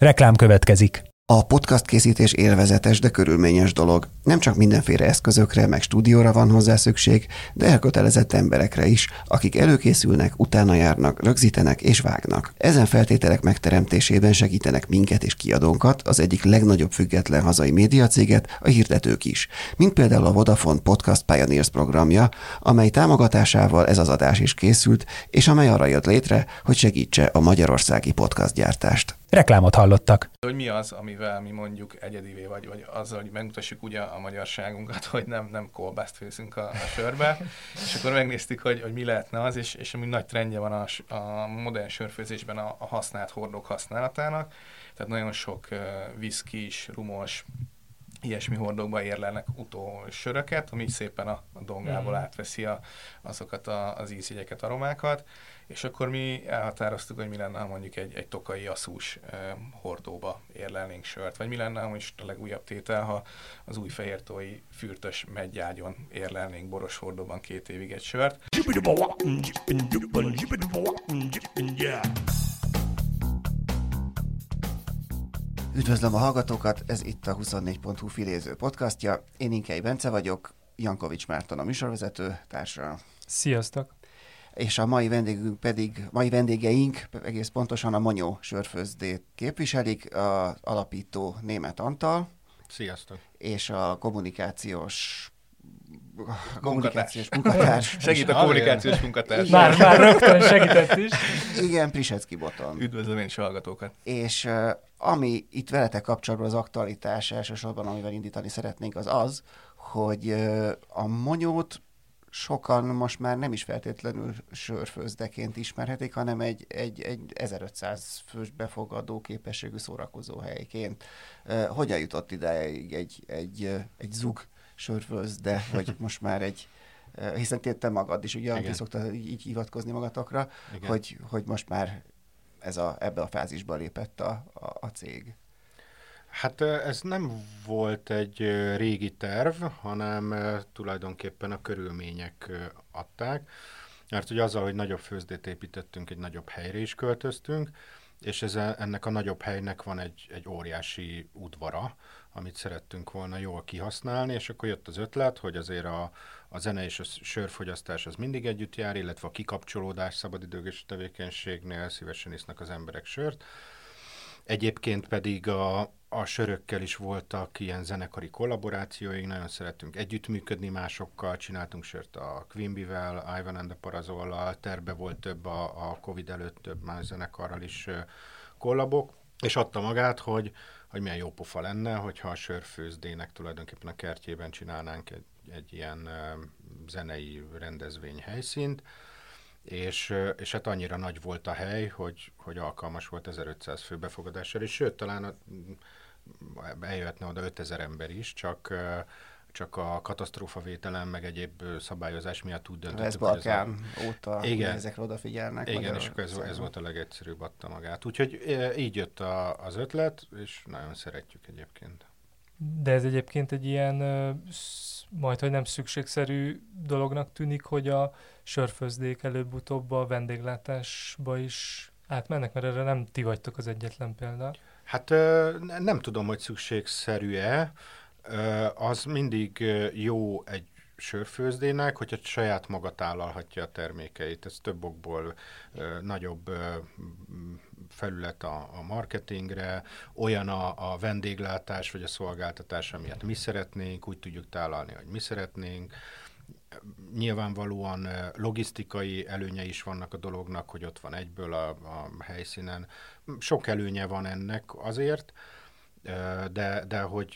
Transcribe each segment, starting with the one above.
Reklám következik. A podcast készítés élvezetes, de körülményes dolog. Nem csak mindenféle eszközökre, meg stúdióra van hozzá szükség, de elkötelezett emberekre is, akik előkészülnek, utána járnak, rögzítenek és vágnak. Ezen feltételek megteremtésében segítenek minket és kiadónkat, az egyik legnagyobb független hazai médiacéget, a hirdetők is. Mint például a Vodafone Podcast Pioneers programja, amely támogatásával ez az adás is készült, és amely arra jött létre, hogy segítse a magyarországi podcastgyártást. Reklámot hallottak. Hogy mi az, amivel mi mondjuk egyedivé vagy azzal, hogy megmutassuk ugye a magyarságunkat, hogy nem kolbászt főzünk a sörbe, és akkor megnéztük, hogy mi lehetne az, és ami nagy trendje van a modern sörfőzésben a használt hordók használatának, tehát nagyon sok viszkis, rumos, ilyesmi hordókba érlelnek söröket, ami szépen a dongából átveszi azokat az ízjegyeket, aromákat, és akkor mi elhatároztuk, hogy mi lenne, ha mondjuk egy tokai aszús hordóba érlelnénk sört, vagy mi lenne, ha most a legújabb tétel, ha az újfehértói fürtös meggyágyon érlelnénk boros hordóban 2 évig egy sört. Üdvözlöm a hallgatókat, ez itt a 24.hu filéző podcastja. Én Inkei Bence vagyok, Jankovics Márton a műsorvezető társa. Sziasztok! És a mai vendégeink egész pontosan a Monyó sörfőzdét képviselik, az alapító Németh Antal. Sziasztok! És a kommunikációs munkatárs. Segít a kommunikációs munkatárs. Már rögtön segített is. Igen, Prisecki Boton. Üdvözlöm én is a hallgatókat. És ami itt veletek kapcsolatban az aktualitás elsősorban, amivel indítani szeretnénk, az, hogy a Monyót sokan most már nem is feltétlenül sörfőzdeként ismerhetik, hanem egy 1500 fős befogadó képességű szórakozó helyként. Hogyan jutott ideig egy zug sörfőzde, vagy most már hiszen te magad is, ugye, ti szoktál így hivatkozni magatokra, hogy most már ebbe a fázisba lépett a cég. Hát ez nem volt egy régi terv, hanem tulajdonképpen a körülmények adták, mert ugye azzal, hogy nagyobb főzdét építettünk, egy nagyobb helyre is költöztünk, és ennek a nagyobb helynek van egy óriási udvara, amit szerettünk volna jól kihasználni, és akkor jött az ötlet, hogy azért a zene és a sörfogyasztás az mindig együtt jár, illetve a kikapcsolódás szabadidős tevékenységnél szívesen isznak az emberek sört. Egyébként pedig a sörökkel is voltak ilyen zenekari kollaborációink, nagyon szeretünk együttműködni másokkal, csináltunk sört a Quimbyvel, Ivan and the Parazollal, terve volt több a Covid előtt több más zenekarral is kollabok, és adta magát, hogy milyen jó pofa lenne, hogyha a sörfőzdének tulajdonképpen a kertjében csinálnánk egy ilyen zenei rendezvény helyszínt, és hát annyira nagy volt a hely, hogy alkalmas volt 1500 fő befogadással, és sőt, talán eljöhetne oda 5000 ember is, csak a katasztrófavételen, meg egyéb szabályozás miatt úgy döntöttük. Veszbalkán óta ezekre odafigyelnek. Igen, és akkor ez volt a legegyszerűbb, adta magát. Úgyhogy így jött az ötlet, és nagyon szeretjük egyébként. De ez egyébként egy ilyen majdhogy nem szükségszerű dolognak tűnik, hogy a sörfőzdék előbb-utóbb a vendéglátásba is átmennek, mert erre nem ti vagytok az egyetlen példa. Hát nem tudom, hogy szükségszerű-e. Az mindig jó egy sörfőzdének, hogyha saját maga tálalhatja a termékeit. Ez több okból nagyobb felület a marketingre, olyan a vendéglátás vagy a szolgáltatás, amilyet mi szeretnénk, úgy tudjuk tálalni, hogy mi szeretnénk. Nyilvánvalóan logisztikai előnye is vannak a dolognak, hogy ott van egyből a helyszínen. Sok előnye van ennek azért, de hogy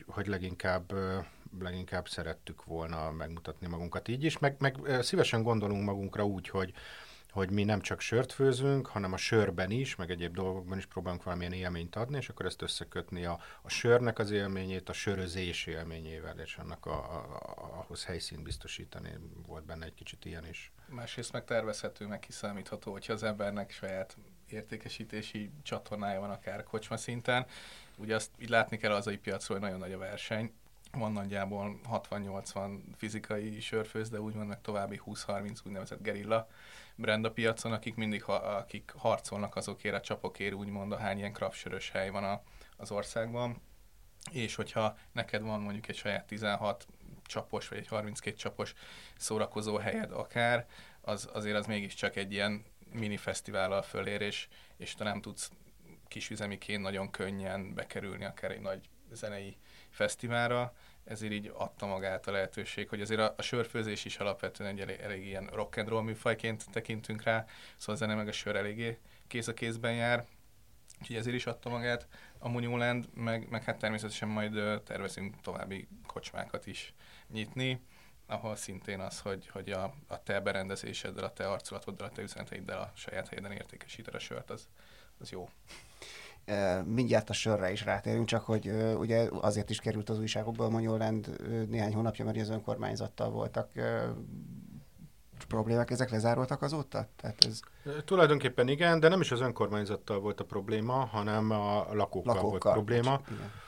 leginkább szerettük volna megmutatni magunkat így is, meg szívesen gondolunk magunkra úgy, hogy mi nem csak sört főzünk, hanem a sörben is, meg egyéb dolgokban is próbálunk valamilyen élményt adni, és akkor ezt összekötni a sörnek az élményét, a sörözés élményével, és annak ahhoz helyszínt biztosítani. Volt benne egy kicsit ilyen is. Másrészt meg tervezhető, meg kiszámítható, hogyha az embernek saját értékesítési csatornája van akár kocsma szinten. Ugye azt így látni kell az hazai piacról, hogy nagyon nagy a verseny. Van nagyjából 60-80 fizikai sörfőzde, úgymond meg további 20-30 úgynevezett gerilla brand a piacon, akik harcolnak azokért a csapokért, úgymond, ahány ilyen craft sörös hely van az országban, és hogyha neked van mondjuk egy saját 16 csapos, vagy egy 32 csapos szórakozó helyed akár, azért az mégiscsak egy ilyen mini fesztivállal fölér, és te nem tudsz kisüzemiként nagyon könnyen bekerülni akár egy nagy zenei fesztiválra, ezért így adta magát a lehetőség, hogy azért a sörfőzés is alapvetően egy elég ilyen rock and roll műfajként tekintünk rá, szóval a zene meg a sör eléggé kéz a kézben jár, úgyhogy ezért is adta magát a Munyóland, meg hát természetesen majd tervezünk további kocsmákat is nyitni, ahol szintén az, hogy a te berendezéseddel, a te arculatoddal, a te üzeneteiddel a saját helyeden értékesíted a sört, az jó. Mindjárt a sörre is rátérünk, csak hogy ugye azért is került az újságokba a Munyóland néhány hónapja, mert az önkormányzattal voltak problémák, ezek lezárultak azóta? Tehát ez... Tulajdonképpen igen, de nem is az önkormányzattal volt a probléma, hanem a lakókkal volt probléma.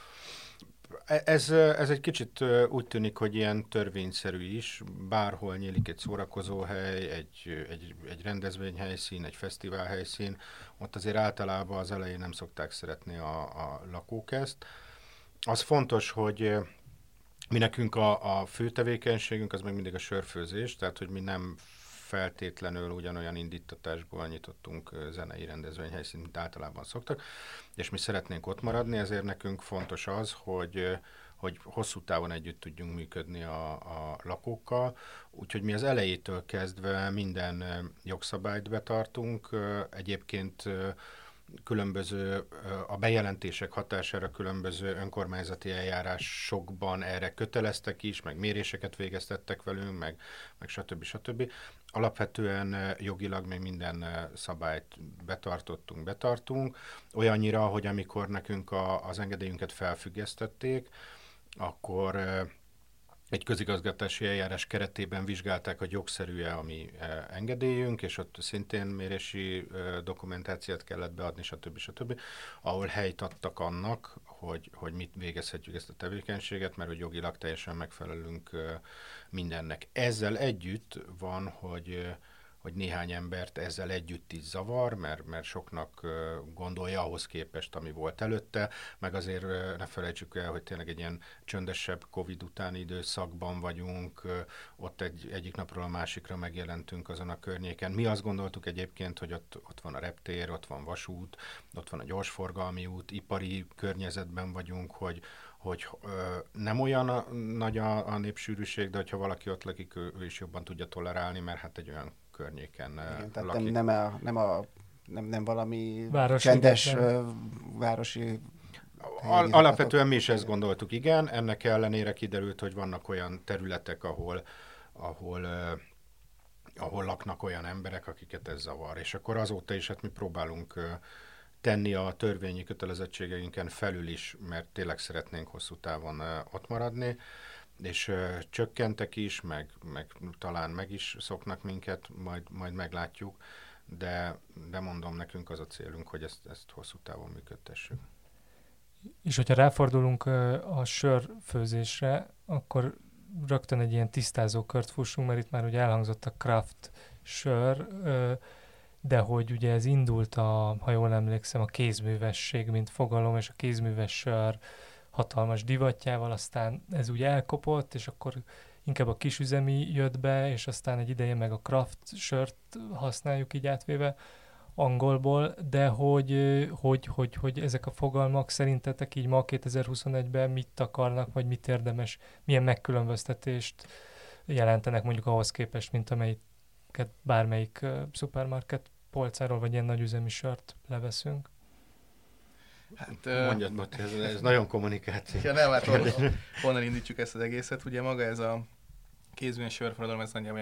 Ez egy kicsit úgy tűnik, hogy ilyen törvényszerű is. Bárhol nyílik egy szórakozóhely, egy rendezvényhelyszín, egy fesztiválhelyszín, ott azért általában az elején nem szokták szeretni a lakók ezt. Az fontos, hogy mi nekünk a fő tevékenységünk az meg mindig a sörfőzés, tehát hogy mi nem feltétlenül ugyanolyan indítatásból nyitottunk zenei rendezvényhelyszínt, mint általában szoktak, és mi szeretnénk ott maradni, ezért nekünk fontos az, hogy hosszú távon együtt tudjunk működni a lakókkal, úgyhogy mi az elejétől kezdve minden jogszabályt betartunk, egyébként különböző, a bejelentések hatására különböző önkormányzati eljárásokban erre köteleztek is, meg méréseket végeztettek velünk, meg stb. Alapvetően jogilag még minden szabályt betartunk, olyannyira, hogy amikor nekünk az engedélyünket felfüggesztették, akkor egy közigazgatási eljárás keretében vizsgálták, hogy jogszerű-e a mi engedélyünk, és ott szintén mérési dokumentációt kellett beadni, stb. Ahol helyt adtak annak, hogy mit végezhetjük ezt a tevékenységet, mert hogy jogilag teljesen megfelelünk mindennek. Ezzel együtt van, hogy néhány embert ezzel együtt is zavar, mert soknak gondolja ahhoz képest, ami volt előtte, meg azért ne felejtsük el, hogy tényleg egy ilyen csöndesebb Covid utáni időszakban vagyunk, ott egyik napról a másikra megjelentünk azon a környéken. Mi azt gondoltuk egyébként, hogy ott van a reptér, ott van vasút, ott van a gyorsforgalmi út, ipari környezetben vagyunk, hogy nem olyan nagy a népsűrűség, de hogyha valaki ott lakik, ő is jobban tudja tolerálni, mert hát egy olyan környéken lakik. Nem valami városi csendes városi... Alapvetően mi is ezt gondoltuk, igen. Ennek ellenére kiderült, hogy vannak olyan területek, ahol laknak olyan emberek, akiket ez zavar. És akkor azóta is hát mi próbálunk tenni a törvényi kötelezettségeinken felül is, mert tényleg szeretnénk hosszú távon ott maradni, és csökkentek is, meg talán meg is szoknak minket, majd meglátjuk, de mondom, nekünk az a célunk, hogy ezt hosszú távon működtessük. És hogyha ráfordulunk a sörfőzésre, akkor rögtön egy ilyen tisztázó kört fussunk, mert itt már ugye elhangzott a craft sör, de hogy ugye ez indult ha jól emlékszem, a kézművesség, mint fogalom, és a kézműves sör hatalmas divatjával, aztán ez úgy elkopott, és akkor inkább a kisüzemi jött be, és aztán egy ideje meg a craft sört használjuk így átvéve angolból, de hogy ezek a fogalmak szerintetek így ma 2021-ben mit akarnak, vagy mit érdemes, milyen megkülönböztetést jelentenek mondjuk ahhoz képest, mint amelyiket bármelyik szupermarket polcáról, vagy ilyen nagyüzemi sört leveszünk? Hát, mondjad, Boti, ez nagyon kommunikáció. Ja, nem, hát honnan indítsuk ezt az egészet. Ugye maga ez a kézműves sörforradalom, ez nagyjából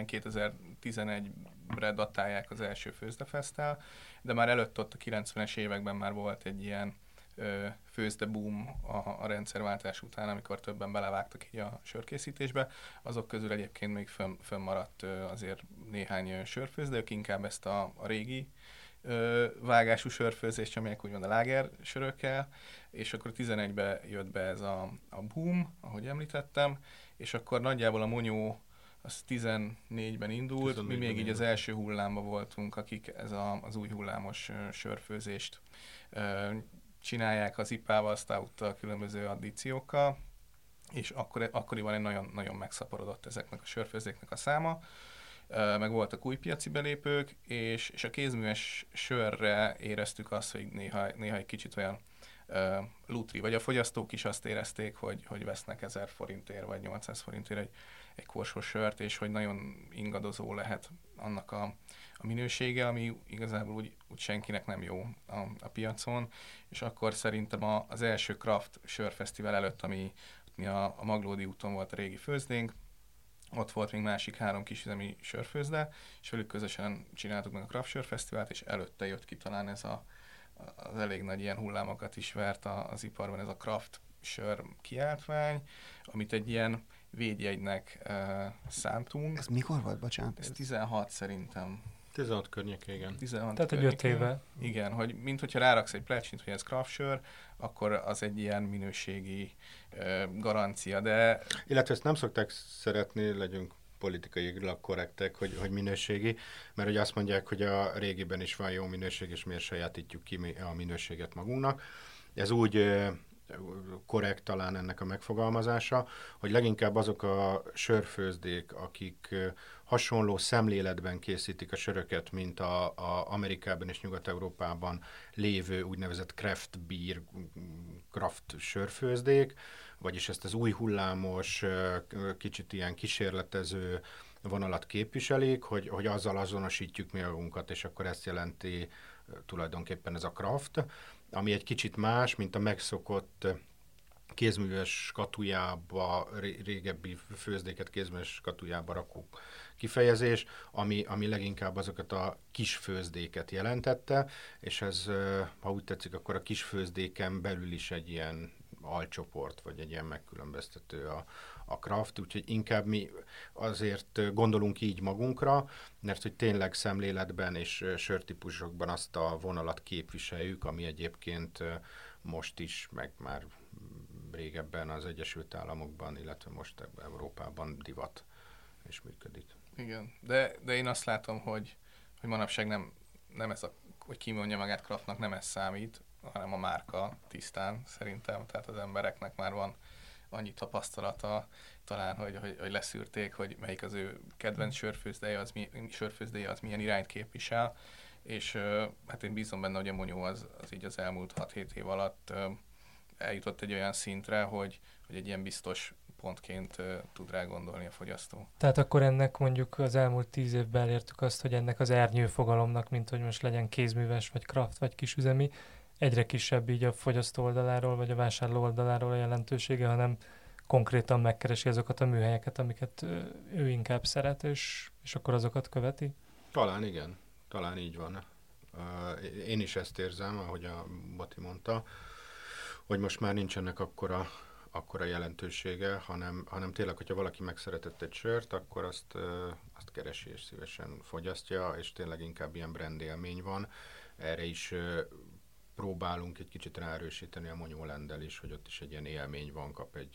2011-re datálják az első főzdefeszttel, de már előtt ott a 90-es években már volt egy ilyen főzde boom a rendszerváltás után, amikor többen belevágtak így a sörkészítésbe. Azok közül egyébként még fönnmaradt azért néhány sörfőzde, ők inkább ezt a régi vágású sörfőzést, amelyek úgymond a láger sörökkel, és akkor 11-ben jött be ez a boom, ahogy említettem, és akkor nagyjából a Monyó az 14-ben indult, mi még így az első hullámban voltunk, akik ez az új hullámos sörfőzést csinálják az IPA-val, Stouttal, különböző addíciókkal, és akkoriban egy nagyon, nagyon megszaporodott ezeknek a sörfőzdéknek a száma, meg voltak új piaci belépők, és a kézműves sörre éreztük azt, hogy néha egy kicsit olyan lutri, vagy a fogyasztók is azt érezték, hogy vesznek 1000 forintért, vagy 800 forintért egy korsós sört, és hogy nagyon ingadozó lehet annak a minősége, ami igazából úgy senkinek nem jó a piacon, és akkor szerintem az első Craft sörfesztivál előtt, ami a Maglódi úton volt a régi főzdénk, ott volt még másik 3 kisüzemi sörfőzde, és velük közösen csináltuk meg a Craft sörfesztivált, és előtte jött ki talán ez az elég nagy ilyen hullámokat is vert az iparban, ez a Craft sör kiáltvány, amit egy ilyen védjegynek szántunk. Ez mikor volt, bocsánat? Ez 16 szerintem. 16 környéke, igen. 16 Tehát egy 5 éve. Igen, hogy mint hogyha ráraksz egy plecsnit, hogy ez craft sör, akkor az egy ilyen minőségi garancia, de... Illetve ezt nem szokták szeretni, legyünk politikailag korrektek, hogy minőségi, mert hogy azt mondják, hogy a régiben is van jó minőség, és miért sajátítjuk ki a minőséget magunknak. Ez úgy korrekt talán ennek a megfogalmazása, hogy leginkább azok a sörfőzdék, akik hasonló szemléletben készítik a söröket, mint a Amerikában és Nyugat-Európában lévő úgynevezett craft beer, craft sörfőzdék, vagyis ezt az új hullámos, kicsit ilyen kísérletező vonalat képviselik, hogy azzal azonosítjuk mi magunkat, és akkor ezt jelenti tulajdonképpen ez a craft, ami egy kicsit más, mint a megszokott kézműves skatujába, régebbi főzdéket kézműves skatujába rakó kifejezés, ami leginkább azokat a kis főzdéket jelentette, és ez, ha úgy tetszik, akkor a kis főzdéken belül is egy ilyen alcsoport, vagy egy ilyen megkülönböztető a craft, úgyhogy inkább mi azért gondolunk így magunkra, mert hogy tényleg szemléletben és sörtípusokban azt a vonalat képviseljük, ami egyébként most is, meg már régebben az Egyesült Államokban, illetve most Európában divat és működik. Igen, de én azt látom, hogy manapság nem ez hogy ki mondja magát craftnak, nem ez számít, hanem a márka tisztán szerintem, tehát az embereknek már van annyi tapasztalata talán, hogy leszűrték, hogy melyik az ő kedvenc sörfőzdéje, az milyen irányt képvisel, és hát én bízom benne, hogy a Monyó az így az elmúlt 6-7 év alatt eljutott egy olyan szintre, hogy egy ilyen biztos pontként tud rá gondolni a fogyasztó. Tehát akkor ennek mondjuk az elmúlt 10 évben elértük azt, hogy ennek az ernyő fogalomnak, mint hogy most legyen kézműves, vagy craft, vagy kisüzemi, egyre kisebb így a fogyasztó oldaláról, vagy a vásárló oldaláról a jelentősége, hanem konkrétan megkeresi azokat a műhelyeket, amiket ő inkább szeret, és akkor azokat követi? Talán igen, talán így van. Én is ezt érzem, ahogy a Bati mondta, hogy most már nincsenek akkora jelentősége, hanem tényleg, hogyha valaki megszeretett egy sört, akkor azt keresi és szívesen fogyasztja, és tényleg inkább ilyen brand élmény van. Erre is próbálunk egy kicsit ráerősíteni a Monyólenddel is, hogy ott is egy ilyen élmény van,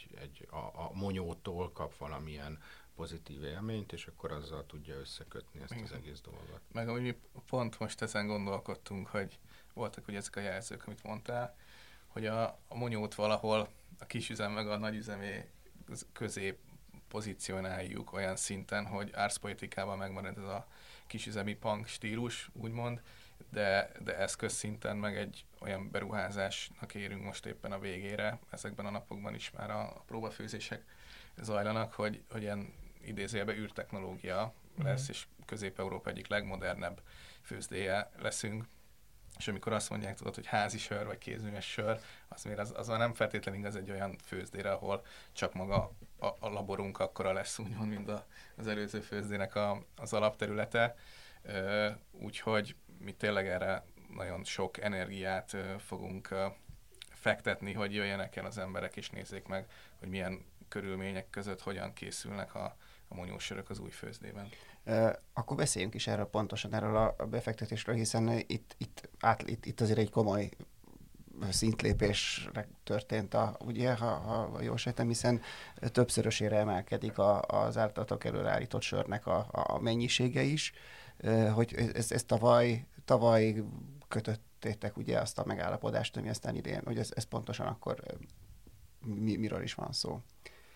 a Monyótól kap valamilyen pozitív élményt, és akkor azzal tudja összekötni ezt az egész dolgot. Meg ahogy mi pont most ezen gondolkodtunk, hogy voltak ugye ezek a jelzők, amit mondtál, hogy a Monyót valahol a kisüzem meg a nagyüzemé közé pozícionáljuk olyan szinten, hogy árszpolitikában megmarad ez a kisüzemi punk stílus, úgymond, de eszközszinten meg egy olyan beruházásnak érünk most éppen a végére. Ezekben a napokban is már a próbafőzések zajlanak, hogy ilyen idézőjelben űrtechnológia lesz, és Közép-Európa egyik legmodernebb főzdéje leszünk. És amikor azt mondják, tudod, hogy házi sör, vagy kézműves sör, az már nem feltétlenül igaz egy olyan főzdére, ahol csak maga a laborunk akkora lesz, úgymond, mint az előző főzdének az alapterülete. Úgyhogy mi tényleg erre nagyon sok energiát fogunk fektetni, hogy jöjjenek el az emberek, és nézzék meg, hogy milyen körülmények között hogyan készülnek a monyósörök az új főzdében. Akkor beszéljünk is erről a befektetésről, hiszen itt azért egy komoly szintlépésre történt, ugye, ha jól sejtem, hiszen többszörösére emelkedik az általatok elől állított sörnek a mennyisége is, hogy ez tavaly megkötöttétek ugye azt a megállapodást, ami aztán idén, hogy ez pontosan akkor miről is van szó?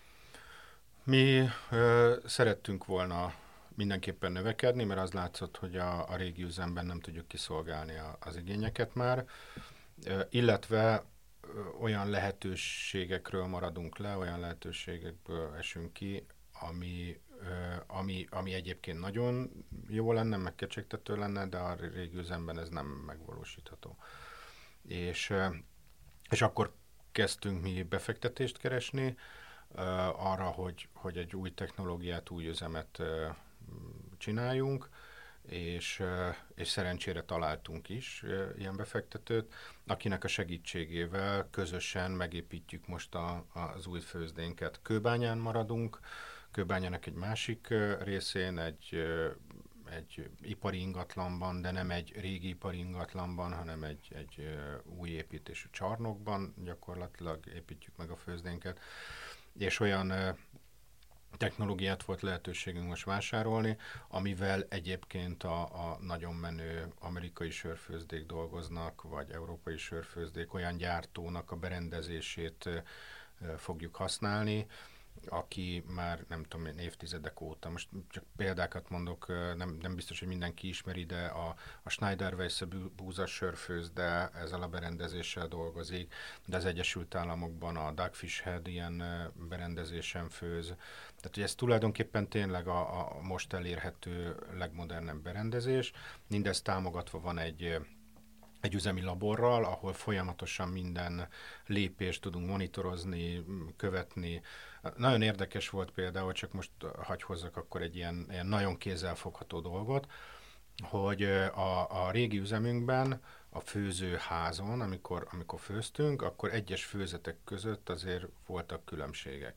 Mi szerettünk volna mindenképpen növekedni, mert az látszott, hogy a régi üzemben nem tudjuk kiszolgálni az igényeket már, illetve olyan lehetőségekről maradunk le, olyan lehetőségekből esünk ki, ami egyébként nagyon jó lenne, meg kecsegtető lenne, de a régi üzemben ez nem megvalósítható. És akkor kezdtünk mi befektetést keresni, arra, hogy egy új technológiát, új üzemet csináljunk, és szerencsére találtunk is ilyen befektetőt, akinek a segítségével közösen megépítjük most az új főzdénket. Kőbányán maradunk, Kőbányának egy másik részén, egy ipari ingatlanban, de nem egy régi ipari ingatlanban, hanem egy új építésű csarnokban gyakorlatilag építjük meg a főzdénket, és olyan technológiát volt lehetőségünk most vásárolni, amivel egyébként a nagyon menő amerikai sörfőzdék dolgoznak, vagy európai sörfőzdék, olyan gyártónak a berendezését fogjuk használni, aki már nem tudom én évtizedek óta, most csak példákat mondok, nem biztos, hogy mindenki ismeri, de a Schneider-Weisse Búza sörfőzde ezzel a berendezéssel dolgozik, de az Egyesült Államokban a Dogfish Head ilyen berendezésen főz. Tehát, hogy ez tulajdonképpen tényleg a most elérhető legmodernebb berendezés. Mindez támogatva van egy üzemi laborral, ahol folyamatosan minden lépést tudunk monitorozni, követni. Nagyon érdekes volt például, csak most hagy hozzak akkor egy ilyen nagyon kézzelfogható dolgot, hogy a régi üzemünkben, a főzőházon, amikor főztünk, akkor egyes főzetek között azért voltak különbségek.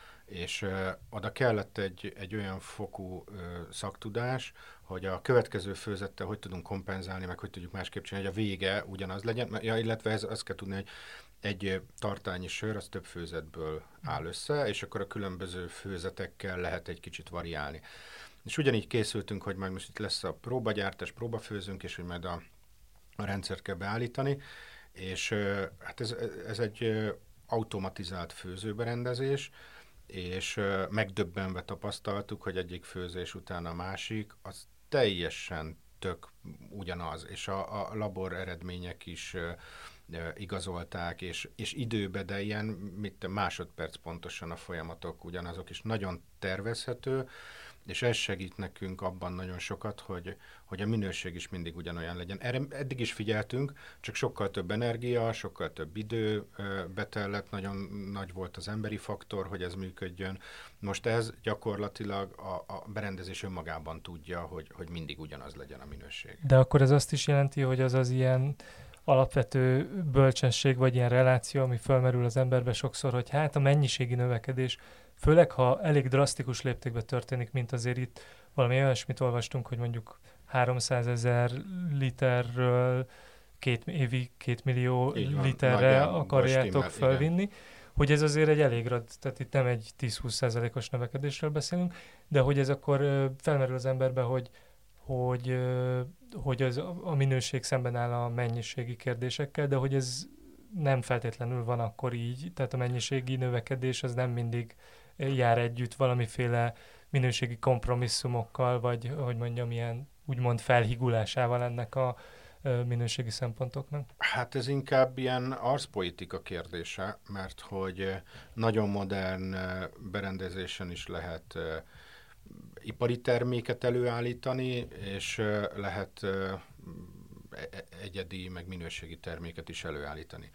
És oda kellett egy olyan fokú szaktudás, hogy a következő főzettel hogy tudunk kompenzálni, meg hogy tudjuk másképp csinálni, hogy a vége ugyanaz legyen, illetve azt kell tudni, hogy egy tartályi sör, az több főzetből áll össze, és akkor a különböző főzetekkel lehet egy kicsit variálni. És ugyanígy készültünk, hogy majd most itt lesz a próbagyártás, próbafőzünk, és hogy majd a rendszert kell beállítani, és hát ez egy automatizált főzőberendezés, és megdöbbenve tapasztaltuk, hogy egyik főzés után a másik, az teljesen tök ugyanaz, és a labor eredmények is igazolták, és időbe, de ilyen másodperc pontosan a folyamatok ugyanazok, és nagyon tervezhető, és ez segít nekünk abban nagyon sokat, hogy a minőség is mindig ugyanolyan legyen. Erre eddig is figyeltünk, csak sokkal több energia, sokkal több idő betellett, nagyon nagy volt az emberi faktor, hogy ez működjön. Most ez gyakorlatilag a berendezés önmagában tudja, hogy mindig ugyanaz legyen a minőség. De akkor ez azt is jelenti, hogy az ilyen alapvető bölcsesség, vagy ilyen reláció, ami fölmerül az emberbe sokszor, hogy hát a mennyiségi növekedés, főleg ha elég drasztikus léptékben történik, mint azért itt valami olyasmit olvastunk, hogy mondjuk 300 000 literről évi 2 millió literre akarjátok felvinni, igen. Hogy ez azért egy elég, tehát itt nem egy 10-20%-os növekedésről beszélünk, de hogy ez akkor felmerül az emberbe, hogy az a minőség szemben áll a mennyiségi kérdésekkel, de hogy ez nem feltétlenül van akkor így, tehát a mennyiségi növekedés az nem mindig jár együtt valamiféle minőségi kompromisszumokkal, vagy hogy mondjam, ilyen úgymond felhigulásával ennek a minőségi szempontoknak? Hát ez inkább ilyen arszpolitika kérdése, mert hogy nagyon modern berendezésen is lehet ipari terméket előállítani, és lehet egyedi, meg minőségi terméket is előállítani.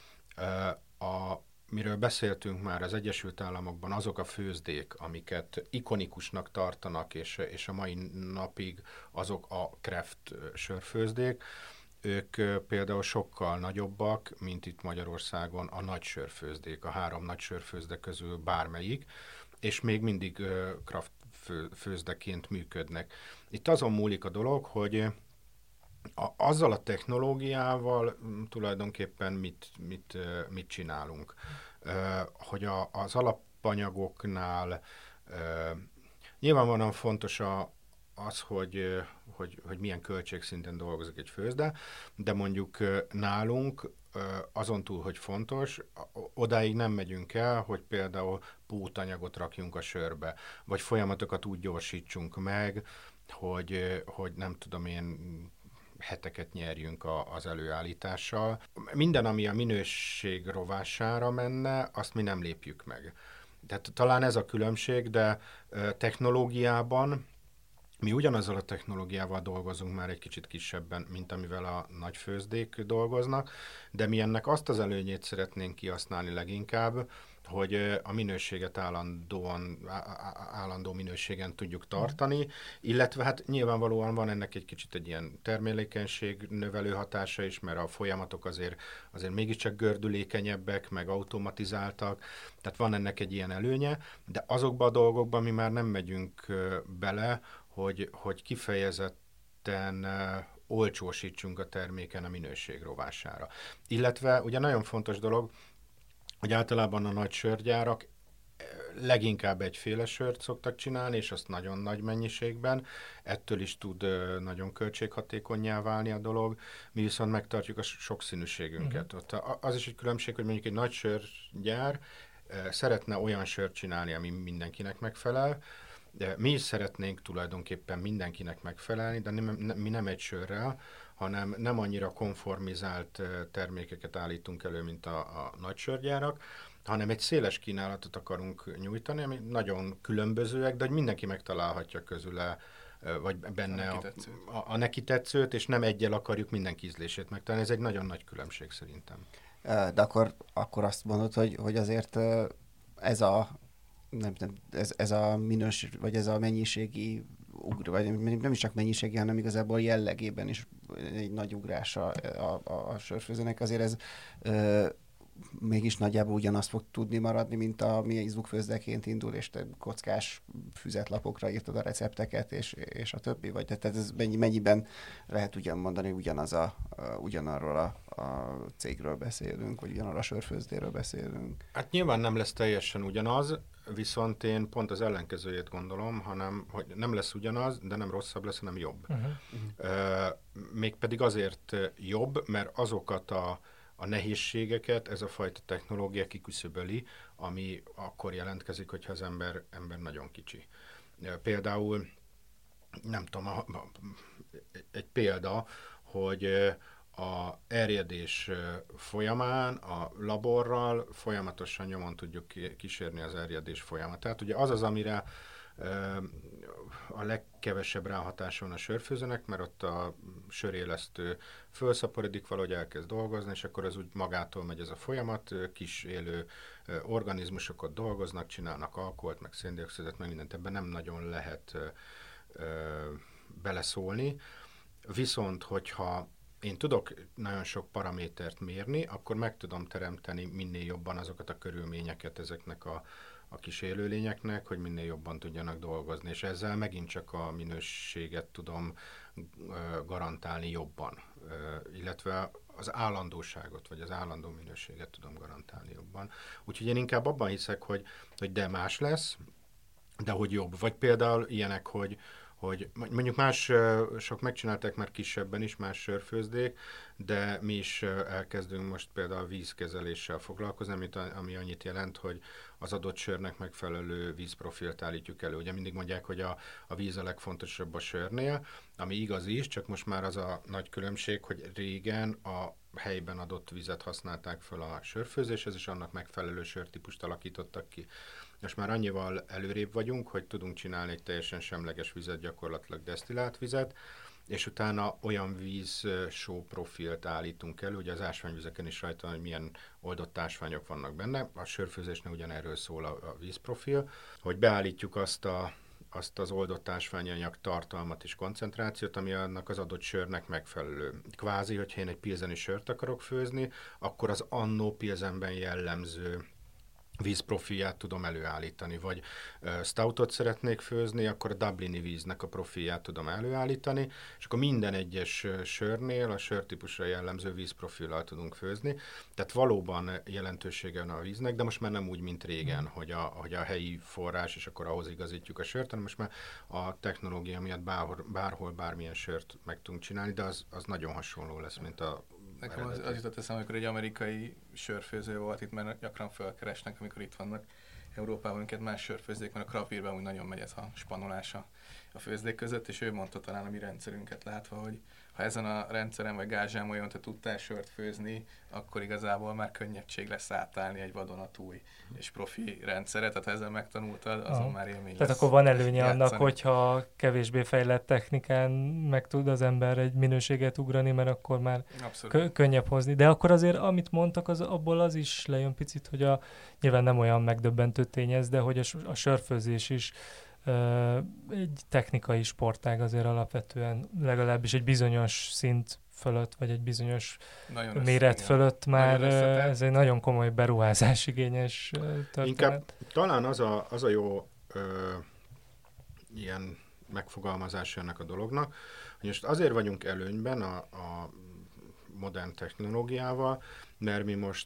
Miről beszéltünk már, az Egyesült Államokban azok a főzdék, amiket ikonikusnak tartanak, és a mai napig azok a craft sörfőzdék, ők például sokkal nagyobbak, mint itt Magyarországon a nagy sörfőzdék, a 3 nagy sörfőzde közül bármelyik, és még mindig craft főzdeként működnek. Itt azon múlik a dolog, hogy azzal a technológiával tulajdonképpen mit csinálunk. Hogy az alapanyagoknál nyilvánvalóan fontos az, hogy milyen költségszinten dolgozik egy főzde, de mondjuk nálunk azon túl, hogy fontos, odáig nem megyünk el, hogy például pótanyagot rakjunk a sörbe, vagy folyamatokat úgy gyorsítsunk meg, hogy nem tudom én, heteket nyerjünk az előállítással. Minden, ami a minőség rovására menne, azt mi nem lépjük meg. Tehát talán ez a különbség, de technológiában mi ugyanazzal a technológiával dolgozunk már egy kicsit kisebben, mint amivel a nagy főzdék dolgoznak, de mi ennek azt az előnyét szeretnénk kihasználni leginkább, hogy a minőséget állandó minőségen tudjuk tartani, illetve hát nyilvánvalóan van ennek egy kicsit egy ilyen termelékenység növelő hatása is, mert a folyamatok azért mégiscsak gördülékenyebbek, meg automatizáltak, tehát van ennek egy ilyen előnye, de azokban a dolgokban mi már nem megyünk bele, hogy kifejezetten olcsósítsunk a terméken a minőség rovására. Illetve ugye nagyon fontos dolog, hogy általában a nagy sörgyárak leginkább egyféle sört szoktak csinálni, és azt nagyon nagy mennyiségben, ettől is tud nagyon költséghatékonnyá válni a dolog, mi viszont megtartjuk a sokszínűségünket. Ott az is egy különbség, hogy mondjuk egy nagy sörgyár szeretne olyan sört csinálni, ami mindenkinek megfelel, de mi is szeretnénk tulajdonképpen mindenkinek megfelelni, de mi nem egy sörrel, hanem nem annyira konformizált termékeket állítunk elő, mint a nagy sörgyárak, hanem egy széles kínálatot akarunk nyújtani, ami nagyon különbözőek, de hogy mindenki megtalálhatja közüle, vagy benne a neki tetszőt, és nem egyel akarjuk mindenki ízlését megtalálni. Ez egy nagyon nagy különbség szerintem. De akkor azt mondod, hogy azért ez a ez a minőség, vagy ez a mennyiségi vagy nem is csak mennyiségi, hanem igazából jellegében is egy nagy ugrás a sörfőzőnek. Azért ez mégis nagyjából ugyanazt fog tudni maradni, mint ami ízlukfőzdeként indul, és te kockás füzetlapokra írtad a recepteket, és a többi? Vagy tehát ez mennyiben lehet ugyan mondani, ugyanarról a cégről beszélünk, vagy ugyanarról a sörfőzdéről beszélünk? Hát nyilván nem lesz teljesen ugyanaz, viszont én pont az ellenkezőjét gondolom, hanem hogy nem lesz ugyanaz, de nem rosszabb lesz, hanem jobb. Mégpedig azért jobb, mert azokat a nehézségeket ez a fajta technológia kiküszöböli, ami akkor jelentkezik, hogyha az ember nagyon kicsi. Például, nem tudom, egy példa, hogy a erjedés folyamán a laborral folyamatosan nyomon tudjuk kísérni az erjedés folyamatát. Ugye az, amire a legkevesebb ráhatása van a sörfőzőnek, mert ott a sörélesztő fölszaporodik, valahogy elkezd dolgozni, és akkor az úgy magától megy ez a folyamat, kis élő organizmusok ott dolgoznak, csinálnak alkoholt, meg széndioxidot, meg mindent, ebben nem nagyon lehet beleszólni. Viszont, hogyha én tudok nagyon sok paramétert mérni, akkor meg tudom teremteni minél jobban azokat a körülményeket ezeknek a kis élőlényeknek, hogy minél jobban tudjanak dolgozni, és ezzel megint csak a minőséget tudom garantálni jobban, illetve az állandóságot, vagy az állandó minőséget tudom garantálni jobban. Úgyhogy én inkább abban hiszek, hogy de más lesz, de hogy jobb. Vagy például ilyenek, hogy mondjuk sok megcsinálták már kisebben is, más sörfőzdék, de mi is elkezdünk most például vízkezeléssel foglalkozni, ami annyit jelent, hogy az adott sörnek megfelelő vízprofilt állítjuk elő. Ugye mindig mondják, hogy a víz a legfontosabb a sörnél, ami igaz is, csak most már az a nagy különbség, hogy régen a helyben adott vizet használták föl a sörfőzéshez, és annak megfelelő sörtípust alakítottak ki. Most már annyival előrébb vagyunk, hogy tudunk csinálni egy teljesen semleges vizet, gyakorlatilag desztillált vizet, és utána olyan víz-só profilt állítunk elő, ugye az ásványvizeken is rajta van, hogy milyen oldott ásványok vannak benne. A sörfőzésnél ugyanerről szól a vízprofil, hogy beállítjuk azt az oldott ásványanyag tartalmat és koncentrációt, ami annak az adott sörnek megfelelő. Kvázi, hogyha én egy pilzeni sört akarok főzni, akkor az annó pilzenben jellemző vízprofilját tudom előállítani, vagy stoutot szeretnék főzni, akkor a dublini víznek a profilját tudom előállítani, és akkor minden egyes sörnél a sörtípusra jellemző vízprofillal tudunk főzni. Tehát valóban jelentősége van a víznek, de most már nem úgy, mint régen, hogy a helyi forrás, és akkor ahhoz igazítjuk a sört, hanem most már a technológia miatt bárhol bármilyen sört meg tudunk csinálni, de az nagyon hasonló lesz, mint a Nekem az jutott eszem, amikor egy amerikai sörfőző volt itt, mert gyakran felkeresnek, amikor itt vannak Európában, minket más sörfőzdék, mert a craft beerben úgy nagyon megy ez a spanolása a főzdék között, és ő mondta talán a mi rendszerünket látva, hogy ha ezen a rendszeren vagy gázsámoljon te tudtál sört főzni, akkor igazából már könnyebbség lesz átállni egy vadonatúj és profi rendszere, tehát ha ezzel megtanultad, azon már élmény lesz. Tehát akkor van előnye játszani. annak, hogyha kevésbé fejlett technikán meg tud az ember egy minőséget ugrani, mert akkor már könnyebb hozni. De akkor azért, amit mondtak, abból az is lejön picit, hogy nyilván nem olyan megdöbbentő tény ez, de hogy a sörfőzés is egy technikai sportág azért alapvetően, legalábbis egy bizonyos szint fölött, vagy egy bizonyos méret fölött már ez egy nagyon komoly beruházás igényes történet. Inkább talán az a jó ilyen megfogalmazása ennek a dolognak, hogy most azért vagyunk előnyben a modern technológiával, mert mi most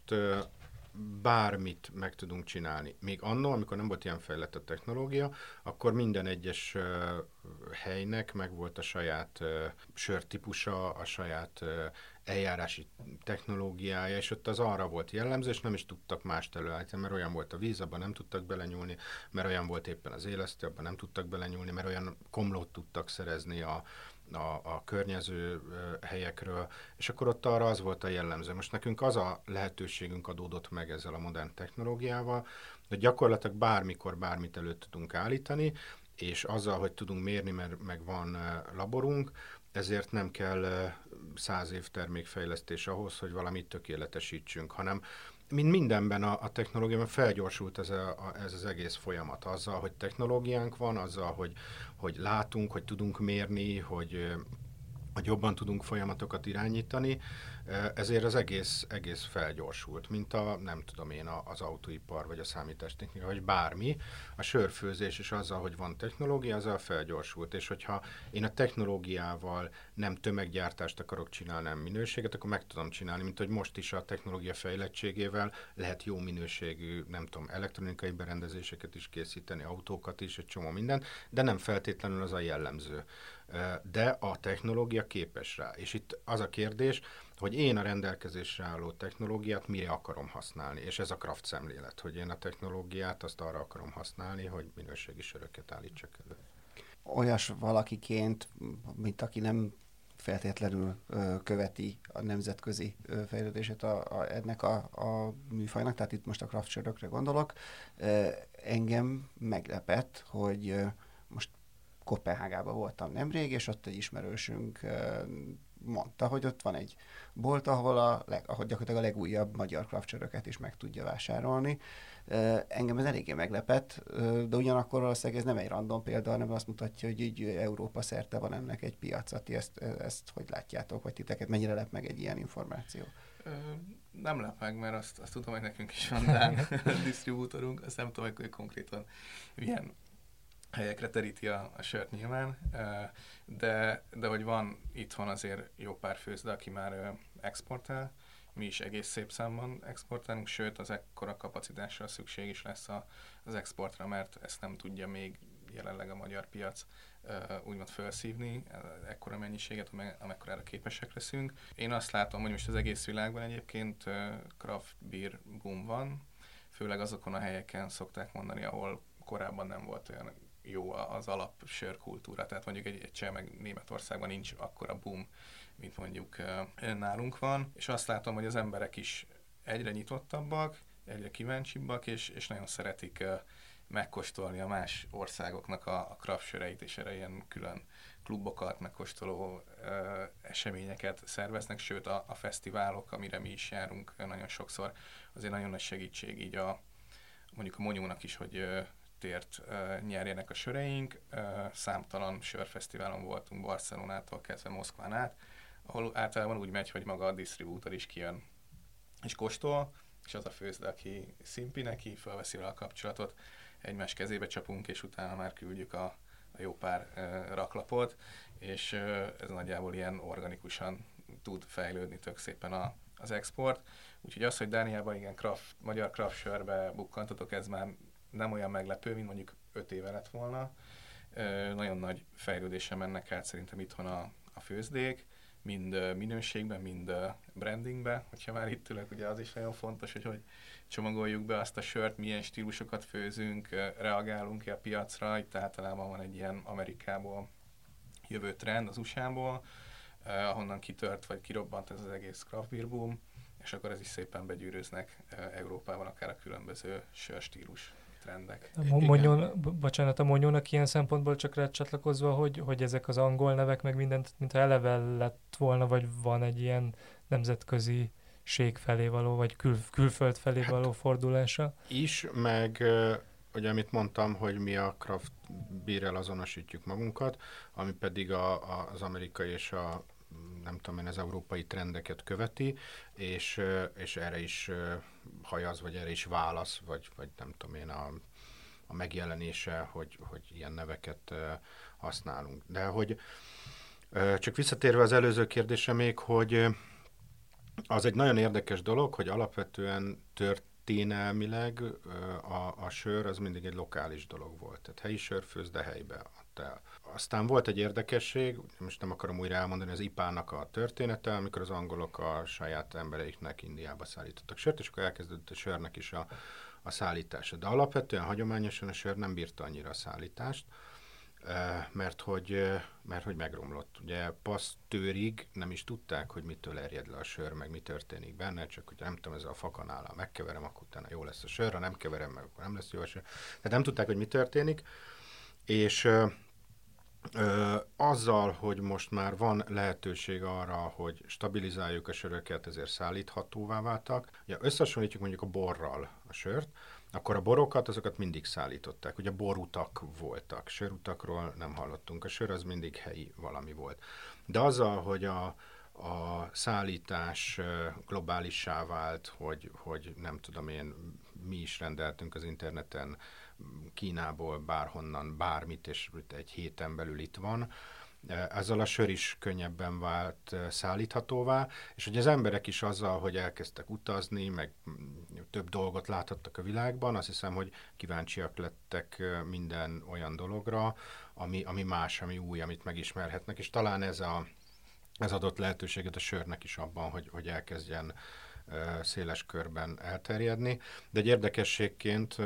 bármit meg tudunk csinálni. Még annól, amikor nem volt ilyen fejlett a technológia, akkor minden egyes helynek megvolt a saját sörtípusa, a saját eljárási technológiája, és ott az arra volt jellemző, és nem is tudtak mást előállítani, mert olyan volt a víz, abban nem tudtak belenyúlni, mert olyan volt éppen az élesztő, abban nem tudtak belenyúlni, mert olyan komlót tudtak szerezni a környező helyekről, és akkor ott arra az volt a jellemző. Most nekünk az a lehetőségünk adódott meg ezzel a modern technológiával, hogy gyakorlatilag bármikor bármit elő tudunk állítani, és azzal, hogy tudunk mérni, mert meg van laborunk, ezért nem kell 100 év termékfejlesztés ahhoz, hogy valamit tökéletesítsünk, hanem mint mindenben a technológiában felgyorsult ez az egész folyamat. Azzal, hogy technológiánk van, azzal, hogy látunk, hogy tudunk mérni, hogy jobban tudunk folyamatokat irányítani, ezért az egész felgyorsult, mint nem tudom én, az autóipar, vagy a számítástechnika, vagy bármi. A sörfőzés is azzal, hogy van technológia, azzal felgyorsult, és hogyha én a technológiával nem tömeggyártást akarok csinálni, nem minőséget, akkor meg tudom csinálni, mint hogy most is a technológia fejlettségével lehet jó minőségű, nem tudom, elektronikai berendezéseket is készíteni, autókat is, egy csomó mindent, de nem feltétlenül az a jellemző. De a technológia képes rá. És itt az a kérdés, hogy én a rendelkezésre álló technológiát mire akarom használni. És ez a craft szemlélet, hogy én a technológiát azt arra akarom használni, hogy minőségi söröket állítsak elő. Olyas valakiként, mint aki nem feltétlenül követi a nemzetközi fejlődését ennek a műfajnak, tehát itt most a craft sörökre gondolok, engem meglepett, hogy most Koppenhágában voltam nemrég, és ott egy ismerősünk mondta, hogy ott van egy bolt, ahol gyakorlatilag a legújabb magyar craft söröket is meg tudja vásárolni. Engem ez eléggé meglepett, de ugyanakkor valószínűleg ez nem egy random példa, hanem azt mutatja, hogy így Európa szerte van ennek egy piac. Ti ezt hogy látjátok, vagy titeket mennyire lep meg egy ilyen információ? Nem lep meg, mert azt tudom, hogy nekünk is van Dán disztribútorunk, azt nem tudom, hogy konkrétan milyen helyekre teríti a sört nyilván, de hogy van itthon azért jó pár főzde, aki már exportál, mi is egész szép számban exportálunk, sőt az ekkora kapacitással szükség is lesz az exportra, mert ezt nem tudja még jelenleg a magyar piac úgymond felszívni, ekkora mennyiséget, amekkorára képesek leszünk. Én azt látom, hogy most az egész világban egyébként craft beer boom van, főleg azokon a helyeken szokták mondani, ahol korábban nem volt olyan jó az alap sörkultúra, tehát mondjuk egy cseh meg Németországban nincs akkora boom, mint mondjuk nálunk van, és azt látom, hogy az emberek is egyre nyitottabbak, egyre kíváncsibbak, és nagyon szeretik megkóstolni a más országoknak a craft söreit, és erre ilyen külön klubokat, megkóstoló eseményeket szerveznek, sőt a fesztiválok, amire mi is járunk nagyon sokszor, azért nagyon nagy segítség így mondjuk a Monyónak is, hogy tért nyerjenek a söreink. Számtalan sörfesztiválon voltunk Barcelonától kezdve Moszkván át, ahol általában úgy megy, hogy maga a disztribútor is kijön és kóstol, és az a főzde, aki szimpi neki, felveszi vele a kapcsolatot, egymás kezébe csapunk, és utána már küldjük a jó pár raklapot, és ez nagyjából ilyen organikusan tud fejlődni tök szépen az export. Úgyhogy az, hogy Dániában igen, magyar craft sörbe bukkantatok, ez már nem olyan meglepő, mint mondjuk 5 éve lett volna. Nagyon nagy fejlődésen mennek át szerintem itthon a főzdék, mind minőségben, mind brandingben. Hogyha már itt ülök, ugye az is nagyon fontos, hogy csomagoljuk be azt a sört, milyen stílusokat főzünk, reagálunk-e a piacra. Itt általában van egy ilyen Amerikából jövő trend, az USA-ból, ahonnan kitört vagy kirobbant ez az egész craft beer boom, és akkor ez is szépen begyűröznek Európában akár a különböző sörstílus trendek. A Monyónak ilyen szempontból csak rácsatlakozva, hogy ezek az angol nevek meg mindent, mintha eleve lett volna, vagy van egy ilyen nemzetközi felé való, vagy külföld felé való fordulása? Is, meg ugye amit mondtam, hogy mi a craft beerrel azonosítjuk magunkat, ami pedig az amerikai és nem tudom én, az európai trendeket követi, és erre is hajaz, vagy erre is válasz, vagy nem tudom én, a megjelenése, hogy ilyen neveket használunk. De hogy csak visszatérve az előző kérdésre még, hogy az egy nagyon érdekes dolog, hogy alapvetően történelmileg a sör az mindig egy lokális dolog volt. Tehát helyi sörfőzde helybe adta el. Aztán volt egy érdekesség, most nem akarom újra elmondani, az IPA-nak a története, amikor az angolok a saját embereiknek Indiába szállítottak sört, és akkor elkezdődött a sörnek is a szállítása. De alapvetően hagyományosan a sör nem bírta annyira a szállítást, mert hogy megromlott. Ugye Pasztőrig nem is tudták, hogy mitől erjed le a sör, meg mi történik benne, csak hogy nem tudom, ez a fakanállal megkeverem, akkor utána jó lesz a sör, ha nem keverem meg, akkor nem lesz jó a sör. Tehát nem tudták, hogy mi történik, és azzal, hogy most már van lehetőség arra, hogy stabilizáljuk a söröket, ezért szállíthatóvá váltak. Ugye összehasonlítjuk mondjuk a borral a sört, akkor a borokat, azokat mindig szállították. Ugye borutak voltak, sörutakról nem hallottunk. A sör az mindig helyi valami volt. De azzal, hogy a szállítás globálissá vált, hogy nem tudom én, mi is rendeltünk az interneten Kínából bárhonnan bármit, és egy héten belül itt van, ezzel a sör is könnyebben vált szállíthatóvá, és hogy az emberek is azzal, hogy elkezdtek utazni, meg több dolgot láthattak a világban, azt hiszem, hogy kíváncsiak lettek minden olyan dologra, ami más, ami új, amit megismerhetnek, és talán ez adott lehetőséget a sörnek is abban, hogy elkezdjen széles körben elterjedni. De egy érdekességként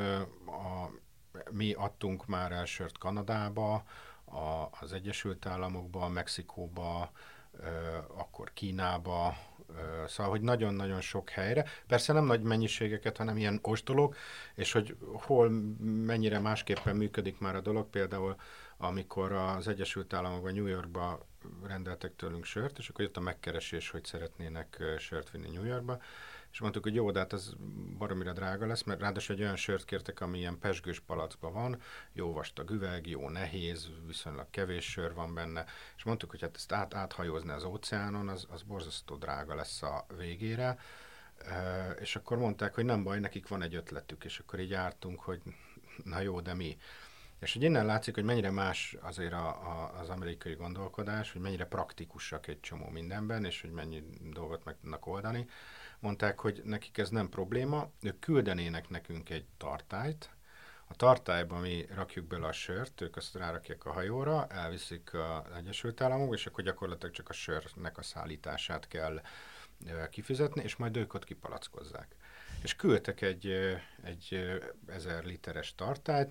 mi adtunk már el sört Kanadába, az Egyesült Államokba, Mexikóba, akkor Kínába, szóval, hogy nagyon-nagyon sok helyre. Persze nem nagy mennyiségeket, hanem ilyen kóstolók, és hogy hol mennyire másképpen működik már a dolog, például amikor az Egyesült Államokban, New Yorkba rendeltek tőlünk sört, és akkor jött a megkeresés, hogy szeretnének sört vinni New Yorkba, és mondtuk, hogy jó, de hát ez baromira drága lesz, mert ráadásul egy olyan sört kértek, ami ilyen pezsgős palackban van, jó vastag üveg, jó nehéz, viszonylag kevés sör van benne, és mondtuk, hogy hát ezt áthajózni az óceánon, az borzasztó drága lesz a végére, és akkor mondták, hogy nem baj, nekik van egy ötletük, és akkor így jártunk, hogy na jó, de mi? És hogy innen látszik, hogy mennyire más azért az amerikai gondolkodás, hogy mennyire praktikusak egy csomó mindenben, és hogy mennyi dolgot meg tudnak oldani. Mondták, hogy nekik ez nem probléma, ők küldenének nekünk egy tartályt, a tartályba mi rakjuk bele a sört, ők azt rárakják a hajóra, elviszik az Egyesült Államokba, és akkor gyakorlatilag csak a sörnek a szállítását kell kifizetni, és majd ők ott kipalackozzák. És küldtek egy 1000 literes tartályt,